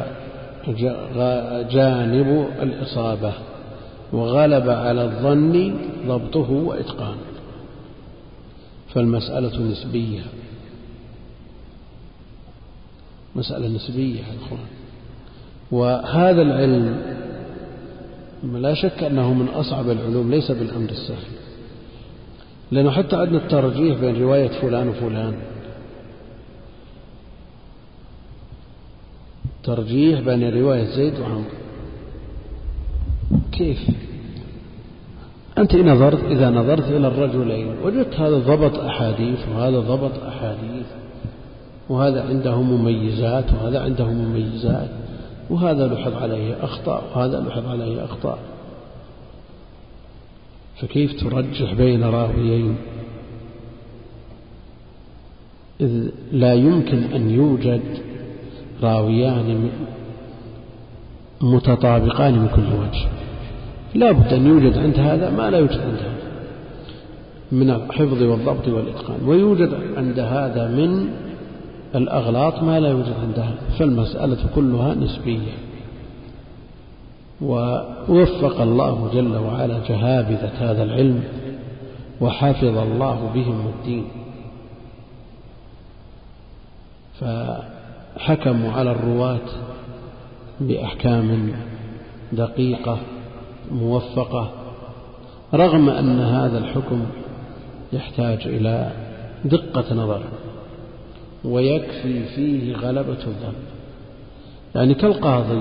جانب الإصابة وغلب على الظن ضبطه وإتقانه. فالمسألة نسبية، مسألة نسبية يا إخوان. وهذا العلم لا شك أنه من أصعب العلوم، ليس بالأمر السهل، لأنه حتى عندنا الترجيح بين رواية فلان وفلان، ترجيح بين رواية زيد وعمرو. كيف؟ أنت نظرت إذا نظرت إلى الرجلين وجدت هذا ضبط أحاديث وهذا ضبط أحاديث، وهذا عنده مميزات وهذا عنده مميزات، وهذا لحظ عليه أخطاء وهذا لحظ عليه أخطاء، فكيف ترجح بين راويين إذ لا يمكن أن يوجد راويان متطابقان من كل وجه؟ لا بد أن يوجد عند هذا ما لا يوجد عند هذا من الحفظ والضبط والإتقان، ويوجد عند هذا من الأغلاط ما لا يوجد عند هذا، فالمسألة كلها نسبية. ووفق الله جل وعلا جهابذة هذا العلم وحفظ الله بهم الدين، فحكموا على الرواة بأحكام دقيقة موفقة، رغم أن هذا الحكم يحتاج إلى دقة نظر ويكفي فيه غلبة الظن. يعني كالقاضي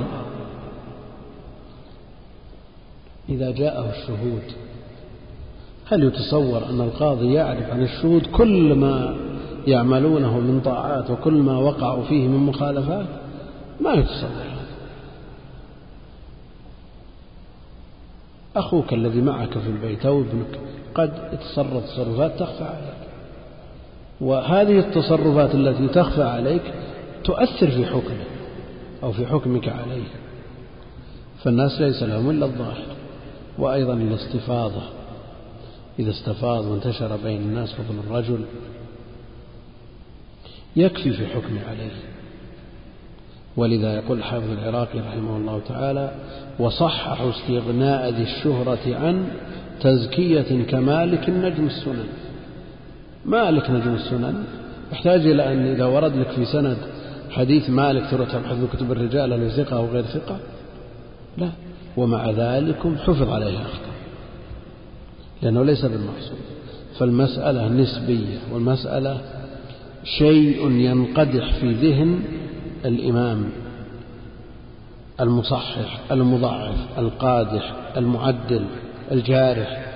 إذا جاءه الشهود، هل يتصور أن القاضي يعرف عن الشهود كل ما يعملونه من طاعات وكل ما وقعوا فيه من مخالفات؟ ما يتصور. أخوك الذي معك في البيت أو ابنك قد يتصرف تصرفات تخفى عليك، وهذه التصرفات التي تخفى عليك تؤثر في حكمك أو في حكمك عليه، فالناس ليس لهم إلا الظاهر. وأيضا الاستفاضة، إذا استفاض وانتشر بين الناس فضل الرجل يكفي في حكم عليه. ولذا يقول الحافظ العراقي رحمه الله تعالى: وصحح استغناء ذي الشهرة عن تزكية كمالك نجم السنن. مالك نجم السنن يحتاج إلى أن إذا ورد لك في سند حديث مالك ترتب حفظ كتب الرجال هل ثقة أو غير ثقة؟ لا، ومع ذلك حفظ عليها أخطاء لأنه ليس بالمحصول. فالمسألة نسبية، والمسألة شيء ينقدح في ذهن الإمام المصحح المضعف القادح المعدل الجارح.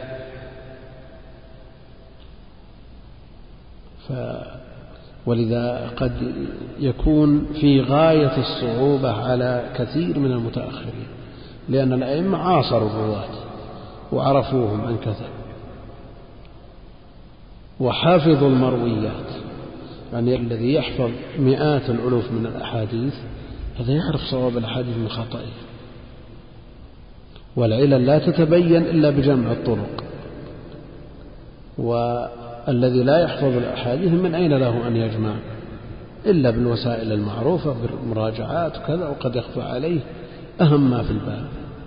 ف ولذا قد يكون في غاية الصعوبة على كثير من المتأخرين، لأن الأئمة عاصروا الرواة وعرفوهم عن كثر وحافظوا المرويات. يعني الذي يحفظ مئات الألوف من الأحاديث هذا يعرف صواب الأحاديث من خطئه، والعلل لا تتبين إلا بجمع الطرق، والذي لا يحفظ الأحاديث من أين له أن يجمع إلا بالوسائل المعروفة بالمراجعات وكذا، وقد يخفى عليه أهم ما في الباب.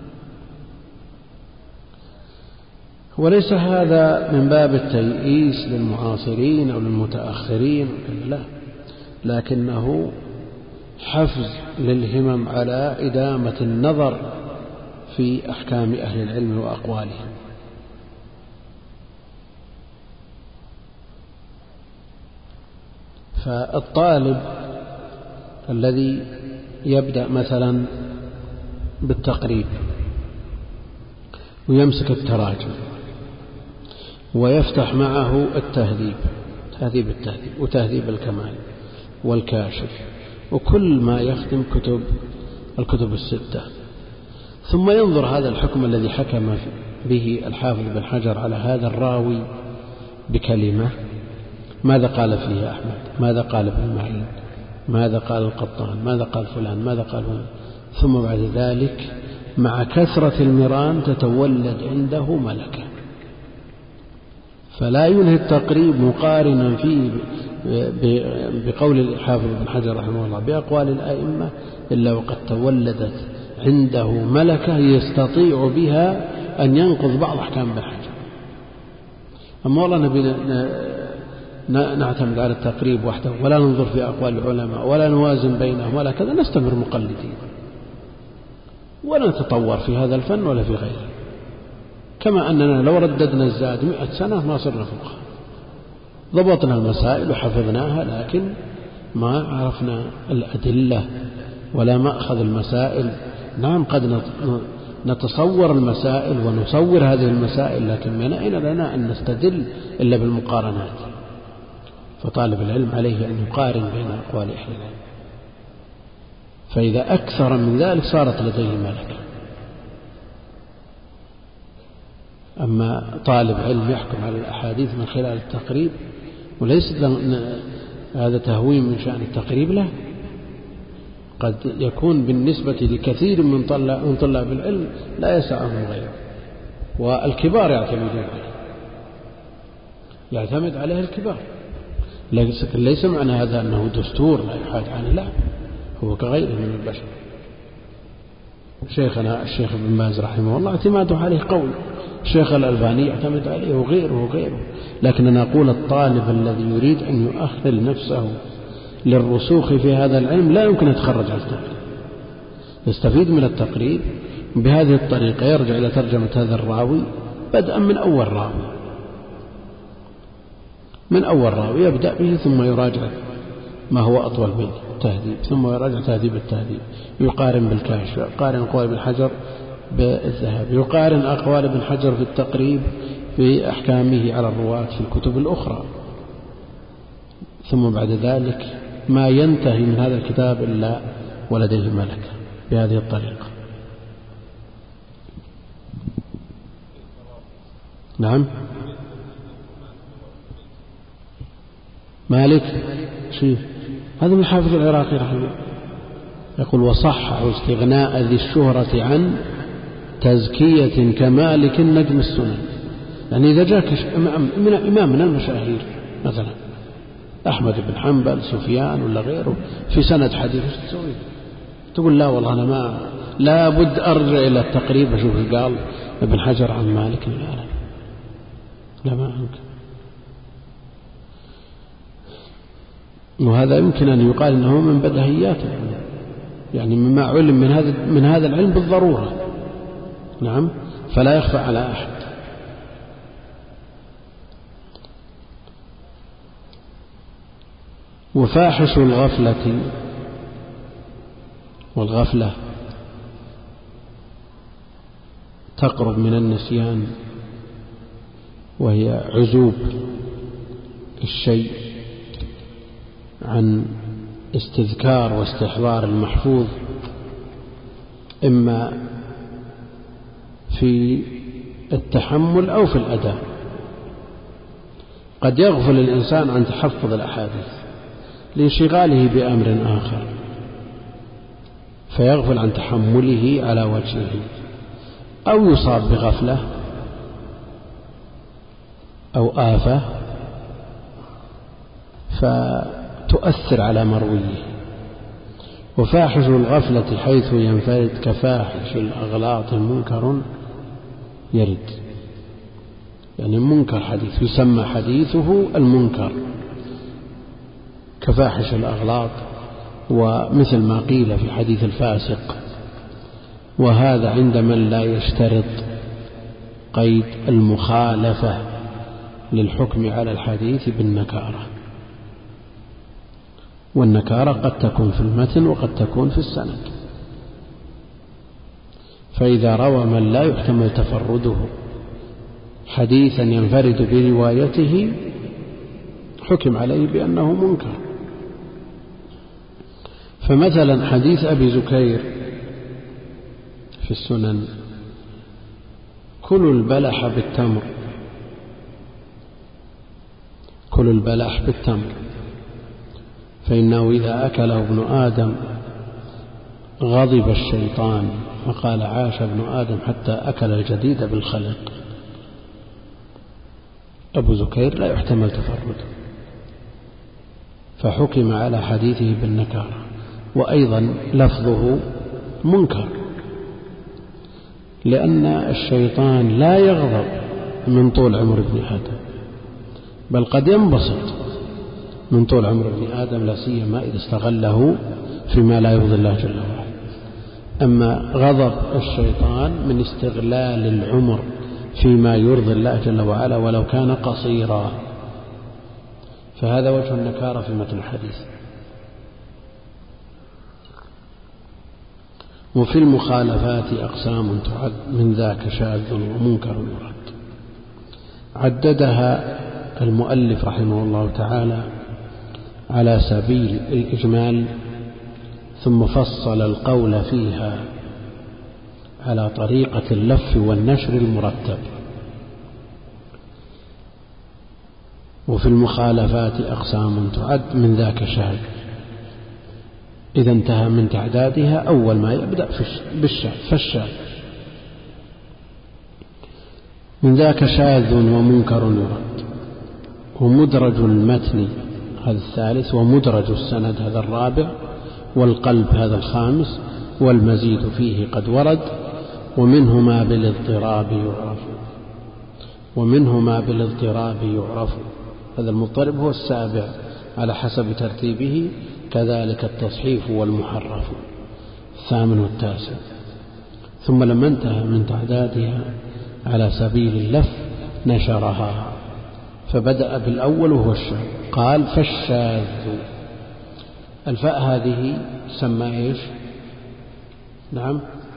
وليس هذا من باب التيئيس للمعاصرين أو للمتأخرين، لا، لكنه حفز للهمم على إدامة النظر في أحكام أهل العلم وأقوالهم. فالطالب الذي يبدأ مثلا بالتقريب ويمسك التراجم ويفتح معه التهذيب، تهذيب التهذيب وتهذيب الكمال والكاشف وكل ما يختم كتب الكتب الستة، ثم ينظر هذا الحكم الذي حكم به الحافظ بن حجر على هذا الراوي بكلمة، ماذا قال فيه أحمد، ماذا قال ابن معين، ماذا قال القطان، ماذا قال فلان، ماذا قال فلان، ثم بعد ذلك مع كثرة المران تتولد عنده ملكة، فلا ينهي التقريب مقارنا فيه بقول الحافظ بن حجر رحمه الله بأقوال الأئمة إلا وقد تولدت عنده ملكة يستطيع بها أن ينقض بعض أحكام ابن حجر. أما والله نبي نعتمد على التقريب وحده ولا ننظر في أقوال العلماء ولا نوازن بينهم ولا كذا، نستمر مقلدين ولا نتطور في هذا الفن ولا في غيره. كما أننا لو رددنا الزاد مئة سنة ما صرنا فقهاء، ضبطنا المسائل وحفظناها لكن ما عرفنا الأدلة ولا مأخذ المسائل. نعم قد نتصور المسائل ونصور هذه المسائل، لكن من أين لنا أن نستدل إلا بالمقارنات؟ فطالب العلم عليه أن يقارن بين أقوال أهل العلم، فإذا أكثر من ذلك صارت لديه ملكة. أما طالب علم يحكم على الأحاديث من خلال التقريب وليس هذا تهوين من شأن التقريب له، قد يكون بالنسبة لكثير من طلاب العلم لا يسعهم غيره، والكبار يعتمدون عليه، يعتمد عليه الكبار، ليس معنى هذا أنه دستور لا يحاد عنه، لا، هو كغيره من البشر. شيخنا الشيخ ابن باز رحمه الله اعتماده عليه قول، الشيخ الألباني يعتمد عليه وغيره وغيره، لكن نقول الطالب الذي يريد أن يؤهل نفسه للرسوخ في هذا العلم لا يمكن يتخرج على التقريب، يستفيد من التقريب بهذه الطريقة، يرجع إلى ترجمة هذا الراوي بدءا من أول راوي، من أول راوي يبدأ به ثم يراجع ما هو أطول منه التهذيب، ثم يراجع تهذيب التهذيب، يقارن بالكاشف، يقارن أقوال ابن حجر بالذهب، يقارن أقوال ابن حجر في التقريب في أحكامه على الرواة في الكتب الأخرى، ثم بعد ذلك ما ينتهي من هذا الكتاب إلا ولديه ملكة بهذه الطريقة. نعم مالك شيء هذا من الحافظ العراقي رحمه الله يقول: وصححوا استغناء ذي الشهرة عن تزكية كمالك نجم السنن. يعني إذا جاك من إمام من المشاهير مثلا أحمد بن حنبل، سفيان ولا غيره في سند حديث، ايش تسوي؟ تقول لا والله أنا ما لا بد أرجع إلى التقريب أشوف قال ابن حجر عن مالك. لا لا, لا ما يمكن. وهذا يمكن أن يقال أنه من بدهياته، يعني مما علم من هذا من هذا العلم بالضرورة. نعم، فلا يخفى على أحد. وفاحش الغفلة، والغفلة تقرب من النسيان، وهي عزوب الشيء عن استذكار واستحضار المحفوظ، إما في التحمل أو في الأداء. قد يغفل الإنسان عن تحفظ الأحاديث لانشغاله بأمر آخر، فيغفل عن تحمله على وجهه، أو يصاب بغفلة أو آفة فتؤثر على مرويه. وفاحش الغفلة حيث ينفرد كفاحش الأغلاط منكر يرد، يعني منكر حديث يسمى حديثه المنكر كفاحش الأغلاط، ومثل ما قيل في حديث الفاسق. وهذا عند من لا يشترط قيد المخالفة للحكم على الحديث بالنكارة، والنكارة قد تكون في المتن وقد تكون في السند. فإذا روى من لا يحتمل تفرده حديثا ينفرد بروايته حكم عليه بأنه منكر. فمثلا حديث أبي زكير في السنن: كلوا البلح بالتمر، كلوا البلح بالتمر فإنه إذا أكله ابن آدم غضب الشيطان، فقال عاش ابن آدم حتى أكل الجديد بالخلق. أبو زكير لا يحتمل تفرده، فحكم على حديثه بالنكارة. وأيضا لفظه منكر، لأن الشيطان لا يغضب من طول عمر ابن آدم، بل قد ينبسط من طول عمر ابن آدم، لا سيما إذا استغله فيما لا يرضي الله جل وعلا. أما غضب الشيطان من استغلال العمر فيما يرضي الله جل وعلا ولو كان قصيرا. فهذا وجه النكارة في متن الحديث. وفي المخالفات أقسام تعد، من ذاك شاذ ومنكر يرد. عددها المؤلف رحمه الله تعالى على سبيل الإجمال، ثم فصل القول فيها على طريقة اللف والنشر المرتب. وفي المخالفات أقسام تعد، من ذاك شاذ. إذا انتهى من تعدادها أول ما يبدأ بالشاذ فالشاذ. من ذاك شاذ ومنكر يرد. ومدرج المتن هذا الثالث، ومدرج السند هذا الرابع، والقلب هذا الخامس، والمزيد فيه قد ورد. ومنهما بالاضطراب يعرف، ومنهما بالاضطراب يعرف. هذا المضطرب هو السابع على حسب ترتيبه، كذلك التصحيف والمحرف الثامن والتاسع. ثم لما انتهى من تعدادها على سبيل اللف نشرها، فبدأ بالأول وهو الشاذ. قال فالشاذ، الفاء هذه سمى إيش؟ نعم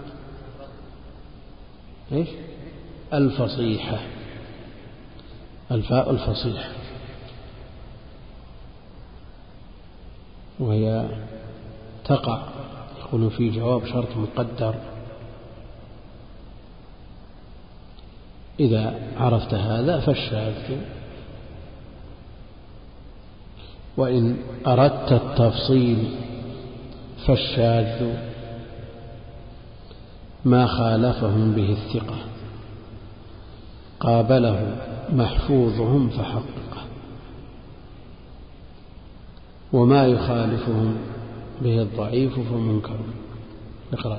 إيش؟ الفصيحة، الفاء الفصيحة، وهي تقع يقول في جواب شرط مقدر. إذا عرفت هذا فالشاذ. وإن أردت التفصيل فالشاذ ما خالفهم به الثقة، قابله محفوظهم فحققه، وما يخالفهم به الضعيف فمنكر. اقرأ.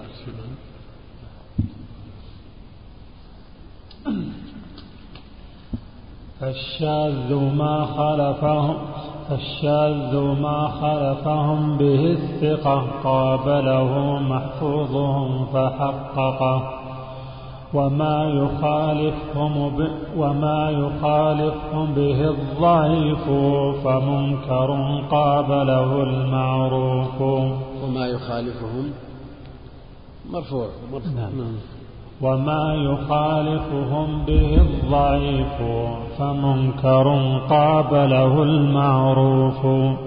فالشاذ ما خالفهم فالشاذ ما خالفهم به الثقة، قابله محفوظهم فحققه، وما يخالفهم ب... وما يخالفهم به الضعيف فمنكر، قابله المعروف. وما يخالفهم مرفوع, مرفوع. نعم. وما يخالفهم به الضعيف فمنكر، قابله المعروف.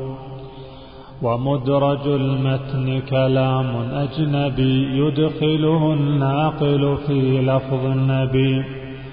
ومدرج المتن كلام أجنبي يدخله الناقل في لفظ النبي،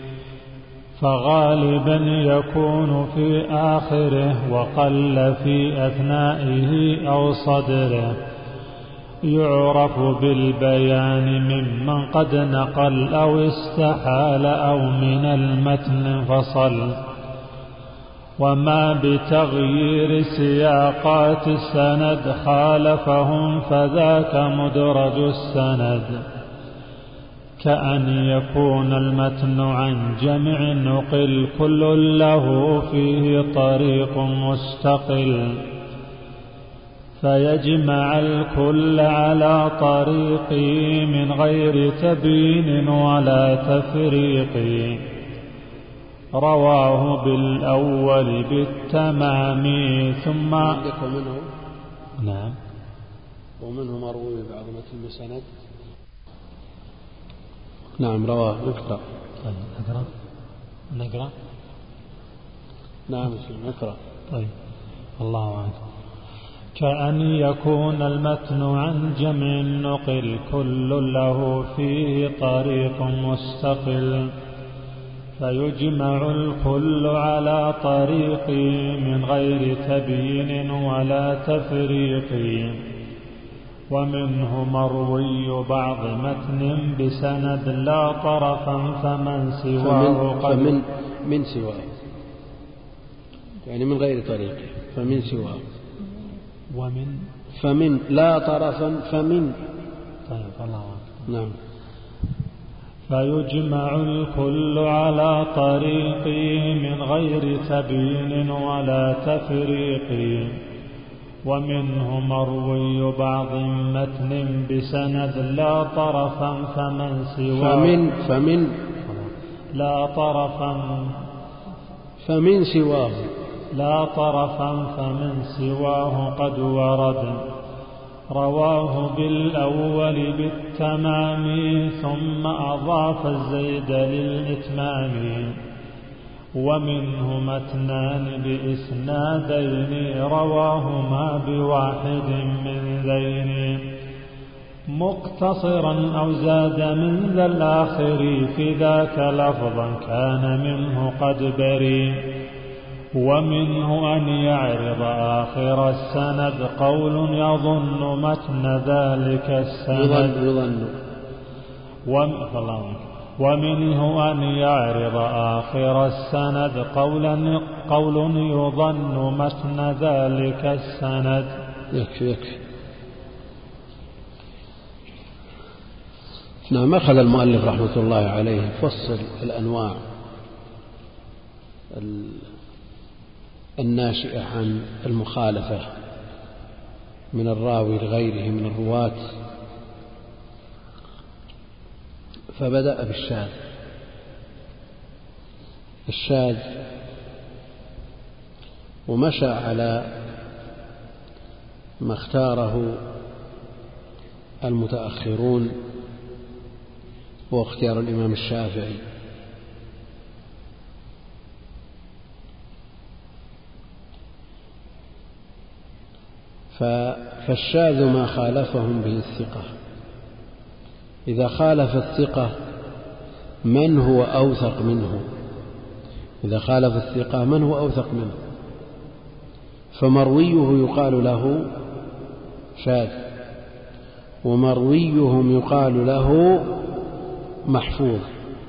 فغالبا يكون في آخره وقل في أثنائه أو صدره، يعرف بالبيان ممن قد نقل أو استحال أو من المتن فصل. وما بتغيير سياقات السند خالفهم فذاك مدرج السند، كأن يكون المتن عن جمع نقل كل له فيه طريق مستقل، فيجمع الكل على طريقه من غير تبيين ولا تفريق. رواه بالأول بالتمام ثم منه. نعم. ومنه مروي بعض متن بسند. نعم رواه. نقرأ. طيب نقرأ نقرأ نعم نقرأ. طيب الله أعلم. كأن يكون المتن عن جمع نقل كل له فيه طريق مستقل، فيجمع الكل على طريق من غير تبيين ولا تفريق. ومنه مروي بعض متن بسند لا طرفا فمن سواه فمن, فمن من سواه يعني من غير طريق، فمن سواه. ومن فمن لا طرفا فمن. طيب الله نعم. فيجمع الكل على طريقه من غير تبيين ولا تفريق. ومنه مروي بعض متن بسند لا طرفا فمن سواه فمن فمن لا طرفا فمن سواه لا طرفا فمن سواه قد ورد رواه بالأول بالتمام ثم أضاف الزيد للإتمام ومنه متنان بإسنادين رواهما بواحد من ذين مقتصرا أو زاد من ذا الآخر في ذاك لفظا كان منه قد بري ومنه أن يعرض آخر السند قول يظن متن ذلك السند يظن ومنه أن يعرض آخر السند قولا قول يظن متن ذلك السند. يكفي يكفي. نعم. أخذ المؤلف رحمة الله عليه فصل الأنواع الناشئة عن المخالفة من الراوي لغيره من الرواة، فبدأ بالشاذ. الشاذ ومشى على ما اختاره المتأخرون واختيار الإمام الشافعي. فالشاذ ما خالفهم به الثقة. إذا خالف الثقة من هو أوثق منه إذا خالف الثقة من هو أوثق منه فمرويه يقال له شاذ، ومرويهم يقال له محفوظ.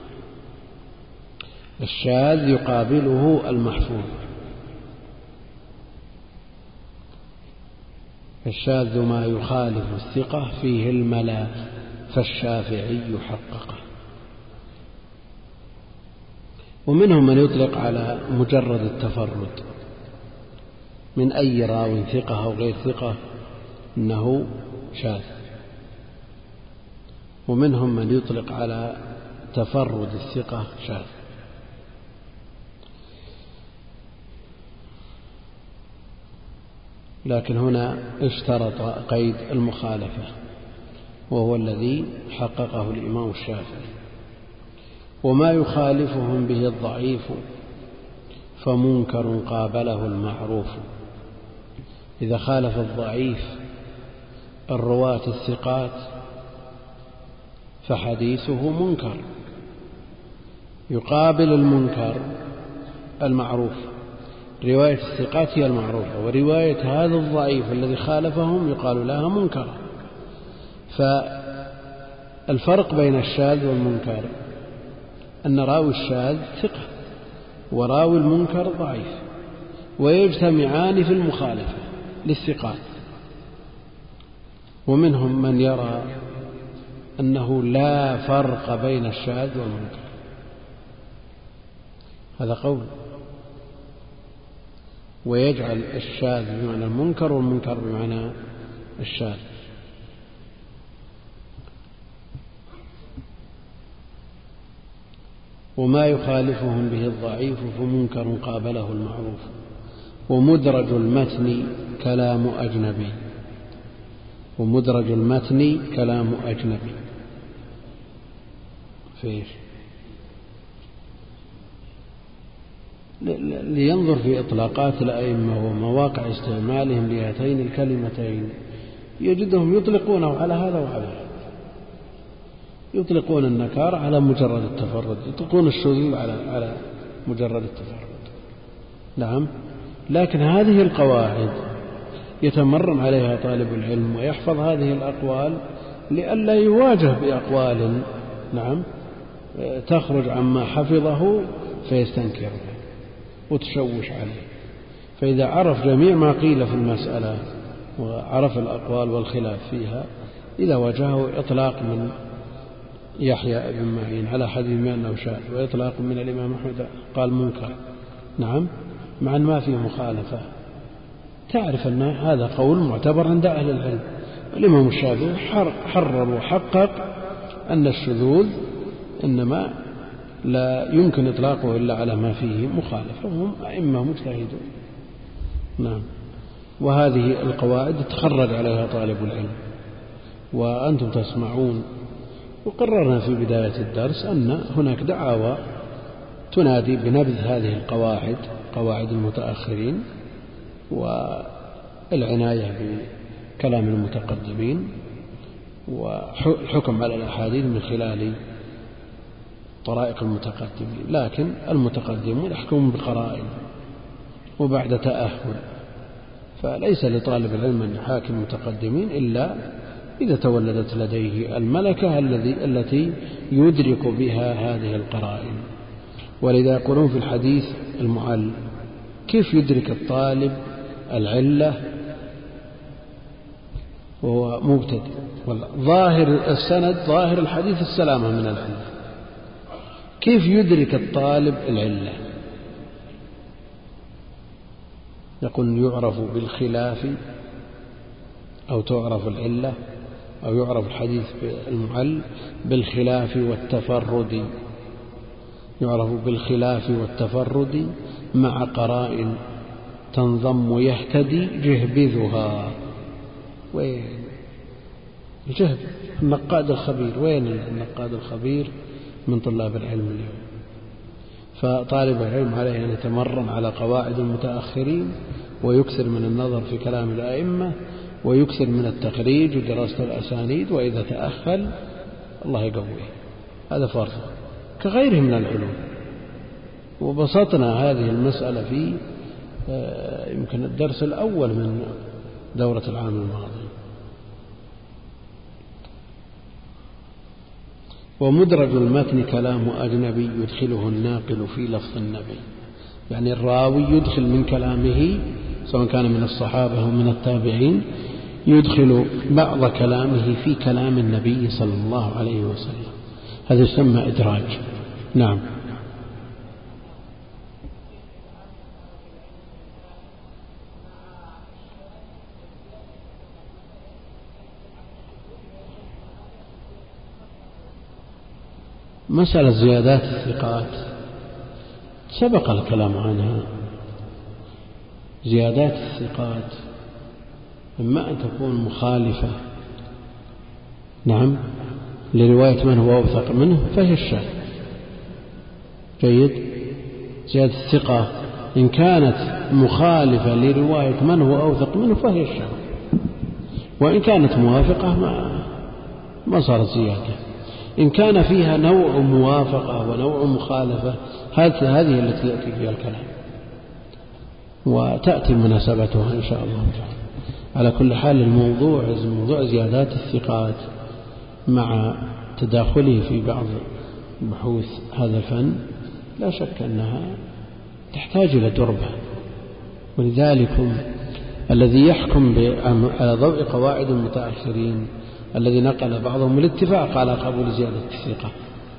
الشاذ يقابله المحفوظ. الشاذ ما يخالف الثقة فيه الملا، فالشافعي حققه. ومنهم من يطلق على مجرد التفرد من أي راو ثقة أو غير ثقة إنه شاذ، ومنهم من يطلق على تفرد الثقة شاذ. لكن هنا اشترط قيد المخالفة وهو الذي حققه الإمام الشافعي. وما يخالفهم به الضعيف فمنكر قابله المعروف. إذا خالف الضعيف الرواة الثقات فحديثه منكر، يقابل المنكر المعروف. رواية الثقات هي المعروفة، ورواية هذا الضعيف الذي خالفهم يقال لها منكرة. فالفرق بين الشاذ والمنكر أن راوي الشاذ ثقة وراوي المنكر ضعيف، ويجتمعان في المخالفة للثقات. ومنهم من يرى أنه لا فرق بين الشاذ والمنكر، هذا قول، ويجعل الشاذ بمعنى المنكر والمنكر بمعنى الشاذ. وما يخالفهم به الضعيف فمنكر قابله المعروف. ومدرج المتن كلام أجنبي ومدرج المتن كلام أجنبي فيش لينظر في إطلاقات الأئمة ومواقع استعمالهم لهاتين الكلمتين يجدهم يطلقونه على هذا وعلى هذا. يطلقون النكار على مجرد التفرد، يطلقون الشذوذ على على مجرد التفرد. نعم. لكن هذه القواعد يتمرن عليها طالب العلم ويحفظ هذه الأقوال لئلا يواجه بأقوال نعم تخرج عما حفظه فيستنكرها وتشوش عليه. فإذا عرف جميع ما قيل في المسألة وعرف الأقوال والخلاف فيها، إذا واجهه إطلاق من يحيى بن معين على حديث أنه شاذ وإطلاق من الإمام أحمد قال منكر نعم مع أن ما فيه مخالفة، تعرف أن هذا قول معتبر عند أهل العلم. الإمام الشافعي حرر وحقق أن الشذوذ إنما لا يمكن إطلاقه إلا على ما فيه مخالفة، وهم أئمة مجتهدون. نعم. وهذه القواعد تخرج عليها طالب العلم، وأنتم تسمعون وقررنا في بداية الدرس أن هناك دعاوى تنادي بنبذ هذه القواعد، قواعد المتأخرين، والعناية بكلام المتقدمين، والحكم على الأحاديث من خلال طرائق المتقدمين. لكن المتقدمون يحكمون بقرائن وبعد تأهل، فليس لطالب العلم أن يحاكم المتقدمين إلا إذا تولدت لديه الملكة الذي التي يدرك بها هذه القرائن. ولذا يقولون في الحديث المعل: كيف يدرك الطالب العلة وهو مبتدئ؟ ظاهر السند، ظاهر الحديث السلامة من العلة. كيف يدرك الطالب العلة؟ يقول: يعرف بالخلاف، أو تعرف العلة، أو يعرف الحديث المعل بالخلاف والتفرد. يعرف بالخلاف والتفرد مع قرائن تنضم يهتدي جهبذها. وين الجهد؟ النقاد الخبير. وين النقاد الخبير من طلاب العلم اليوم؟ فطالب العلم عليه أن يتمرن على قواعد المتأخرين، ويكثر من النظر في كلام الأئمة، ويكثر من التخريج ودراسة الأسانيد، وإذا تأهل الله يقويه. هذا فرض كغيره من العلوم. وبسطنا هذه المسألة في يمكن الدرس الأول من دورة العام الماضي. ومدرج المتن كلام أجنبي يدخله الناقل في لفظ النبي، يعني الراوي يدخل من كلامه سواء كان من الصحابة أو من التابعين، يدخل بعض كلامه في كلام النبي صلى الله عليه وسلم. هذا يسمى إدراج. نعم. مسألة زيادات الثقات سبق الكلام عنها. زيادات الثقات إما أن تكون مخالفة نعم لرواية من هو أوثق منه فهي الشاذ. جيد. زيادة الثقة إن كانت مخالفة لرواية من هو أوثق منه فهي الشاذ، وإن كانت موافقة ما ما صارت زيادة. إن كان فيها نوع موافقة ونوع مخالفة هذه التي يأتي فيها الكلام، وتأتي مناسبتها إن شاء الله تعالى. على كل حال الموضوع موضوع زيادات الثقات مع تداخله في بعض بحوث هذا الفن لا شك أنها تحتاج إلى دربة. ولذلك الذي يحكم على ضوء قواعد المتأخرين الذي نقل بعضهم الاتفاق على قبول زيادة الثقة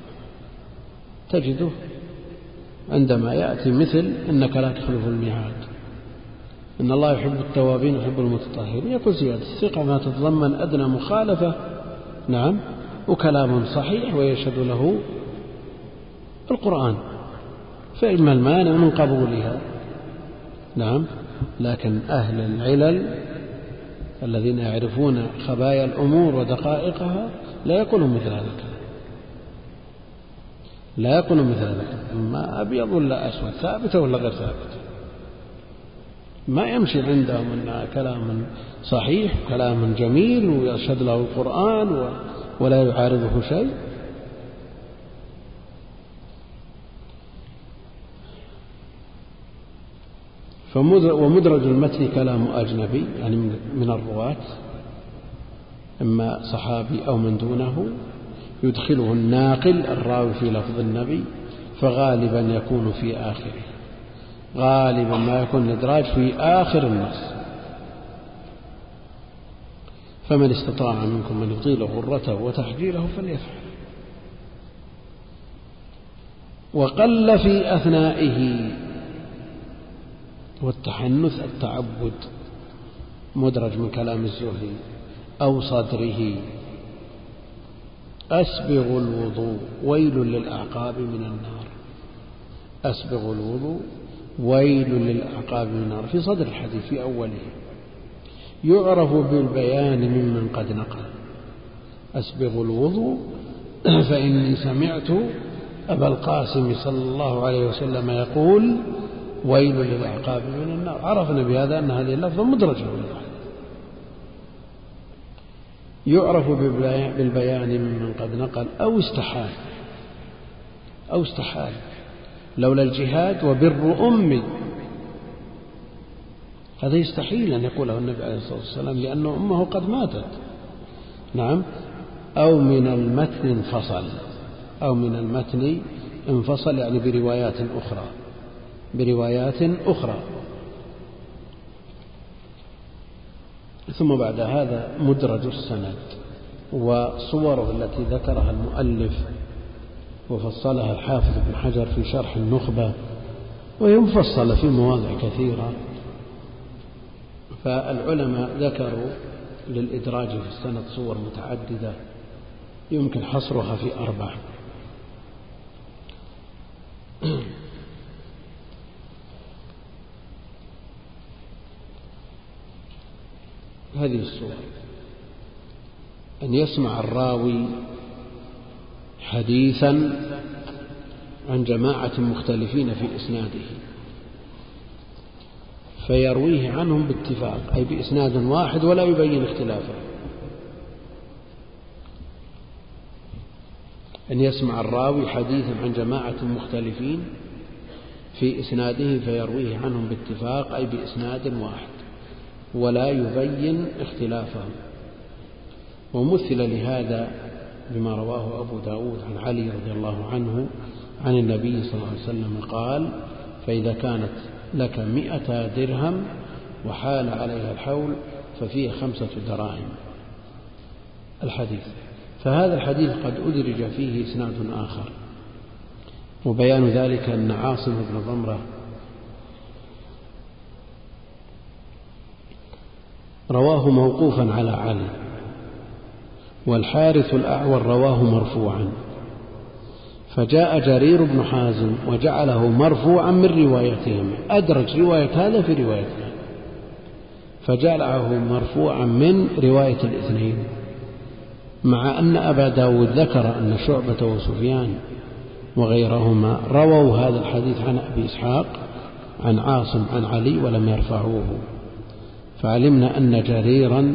تجده عندما يأتي مثل إنك لا تخلف الميعاد، إن الله يحب التوابين ويحب المتطهرين، يقول زيادة الثقة ما تتضمن أدنى مخالفة نعم وكلام صحيح ويشهد له القرآن، فإما المانع من قبولها. نعم. لكن أهل العلل الذين يعرفون خبايا الأمور ودقائقها لا يقولون مثل هذا الكلام، لا يقولون مثل هذا الكلام. ما أبيض ولا أسود، ثابتة ولا غير ثابتة، ما يمشي عندهم أن كلام صحيح كلام جميل ويشهد له القرآن ولا يعارضه شيء. ومدرج المتن كلام أجنبي يعني من الرواة إما صحابي أو من دونه، يدخله الناقل الراوي في لفظ النبي، فغالبا يكون في آخره، غالبا ما يكون الإدراج في آخر النص. فمن استطاع منكم من يطيل غرته وتحجيله فليفعل. وقل في أثنائه، والتحنث التعبد، مدرج من كلام الزهري أو صدره أسبغ الوضوء ويل للأعقاب من النار. أسبغ الوضوء ويل للأعقاب من النار في صدر الحديث في أوله، يعرف بالبيان ممن قد نقل. أسبغ الوضوء فإني سمعت أبا القاسم صلى الله عليه وسلم يقول ويل للأعقاب من النار. عرفنا بهذا أن هذه اللفظة مدرجة بالله. يعرف بالبيان ممن قد نقل أو استحال أو استحال لولا الجهاد وبر أمي، هذا يستحيل أن يقوله النبي عليه الصلاة والسلام لأن أمه قد ماتت. نعم. أو من المتن انفصل، أو من المتن انفصل يعني بروايات أخرى بروايات أخرى. ثم بعد هذا مدرج السند وصوره التي ذكرها المؤلف وفصلها الحافظ ابن حجر في شرح النخبة، وهي مفصلة في مواضع كثيرة. فالعلماء ذكروا للإدراج في السند صور متعددة يمكن حصرها في أربع. هذه الصور: أن يسمع الراوي حديثا عن جماعة مختلفين في إسناده فيرويه عنهم باتفاق، أي بإسناد واحد ولا يبين اختلافه. أن يسمع الراوي حديثا عن جماعة مختلفين في إسناده فيرويه عنهم باتفاق، أي بإسناد واحد ولا يبين اختلافهم. ومثل لهذا بما رواه أبو داود عن علي رضي الله عنه عن النبي صلى الله عليه وسلم قال: فإذا كانت لك مئة درهم وحال عليها الحول ففيه خمسة دراهم. الحديث. فهذا الحديث قد أدرج فيه إسناد آخر، وبيان ذلك أن عاصم بن ضمرة رواه موقوفا على علي، والحارث الأعور رواه مرفوعا، فجاء جرير بن حازم وجعله مرفوعا من روايتهم، أدرج رواية هذا في رواية هذا فجعله مرفوعا من رواية الاثنين، مع أن أبا داود ذكر أن شعبة وسفيان وغيرهما رووا هذا الحديث عن أبي إسحاق عن عاصم عن علي ولم يرفعوه. فعلمنا أن جريرا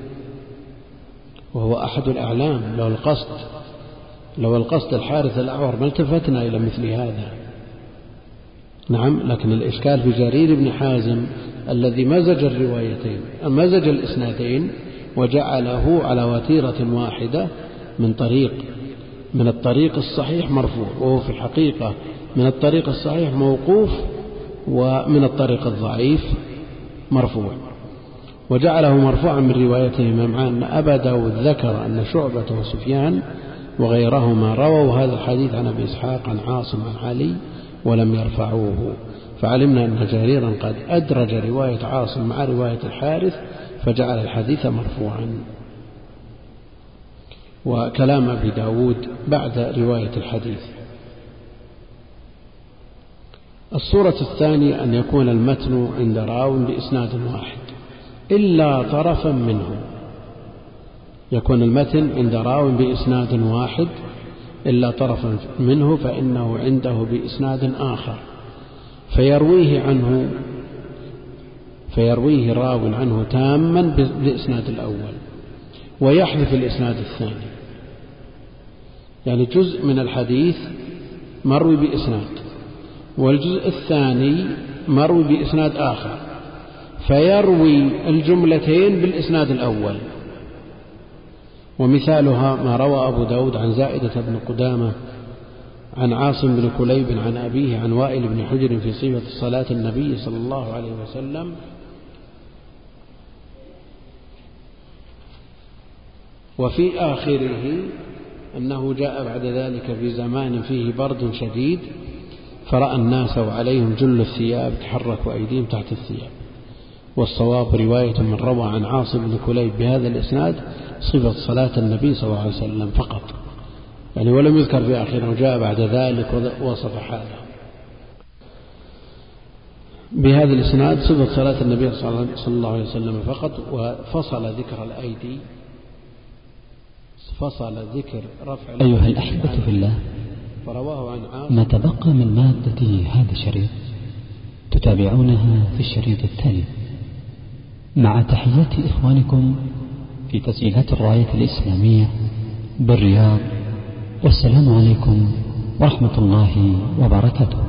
وهو أحد الأعلام لو القصد لو القصد الحارث الأعور ما التفتنا إلى مثل هذا. نعم. لكن الإشكال في جرير بن حازم الذي مزج الروايتين مزج الإسنادين وجعله على وتيرة واحدة من طريق من الطريق الصحيح مرفوع، وهو في الحقيقة من الطريق الصحيح موقوف، ومن الطريق الضعيف مرفوع، وجعله مرفوعا من روايتهما، مع أن أبا داود ذكر أن شعبة وسفيان وغيرهما رووا هذا الحديث عن أبي إسحاق عن عاصم عن علي ولم يرفعوه. فعلمنا أن جريرا قد أدرج رواية عاصم مع رواية الحارث فجعل الحديث مرفوعا. وكلام أبي داود بعد رواية الحديث. الصورة الثانية أن يكون المتن عند راو بإسناد واحد إلا طرفا منه، يكون المتن عند راو بإسناد واحد إلا طرفا منه فإنه عنده بإسناد آخر فيرويه عنه فيرويه راو عنه تاما بالإسناد الأول ويحذف الإسناد الثاني، يعني جزء من الحديث مروي بإسناد والجزء الثاني مروي بإسناد آخر فيروي الجملتين بالإسناد الأول. ومثالها ما روى أبو داود عن زائدة بن قدامة عن عاصم بن كليب عن أبيه عن وائل بن حجر في صفة صلاة النبي صلى الله عليه وسلم وفي آخره أنه جاء بعد ذلك في زمان فيه برد شديد فرأى الناس وعليهم جل الثياب تحركوا أيديهم تحت الثياب. والصواب رواية من روى عن عاصم بن كليب بهذا الإسناد صفة صلاة النبي صلى الله عليه وسلم فقط، يعني ولم يذكر في آخره وجاء بعد ذلك ووصف حاله. بهذا الإسناد صفة صلاة النبي صلى الله عليه وسلم فقط، وفصل ذكر الأيدي، فصل ذكر رفع أيها الأحبة في الله، فرواه عن عاصم. ما تبقى من مادة هذا الشريط تتابعونها في الشريط التالي، مع تحيات إخوانكم في تسجيلات الراية الإسلامية بالرياض، والسلام عليكم ورحمة الله وبركاته.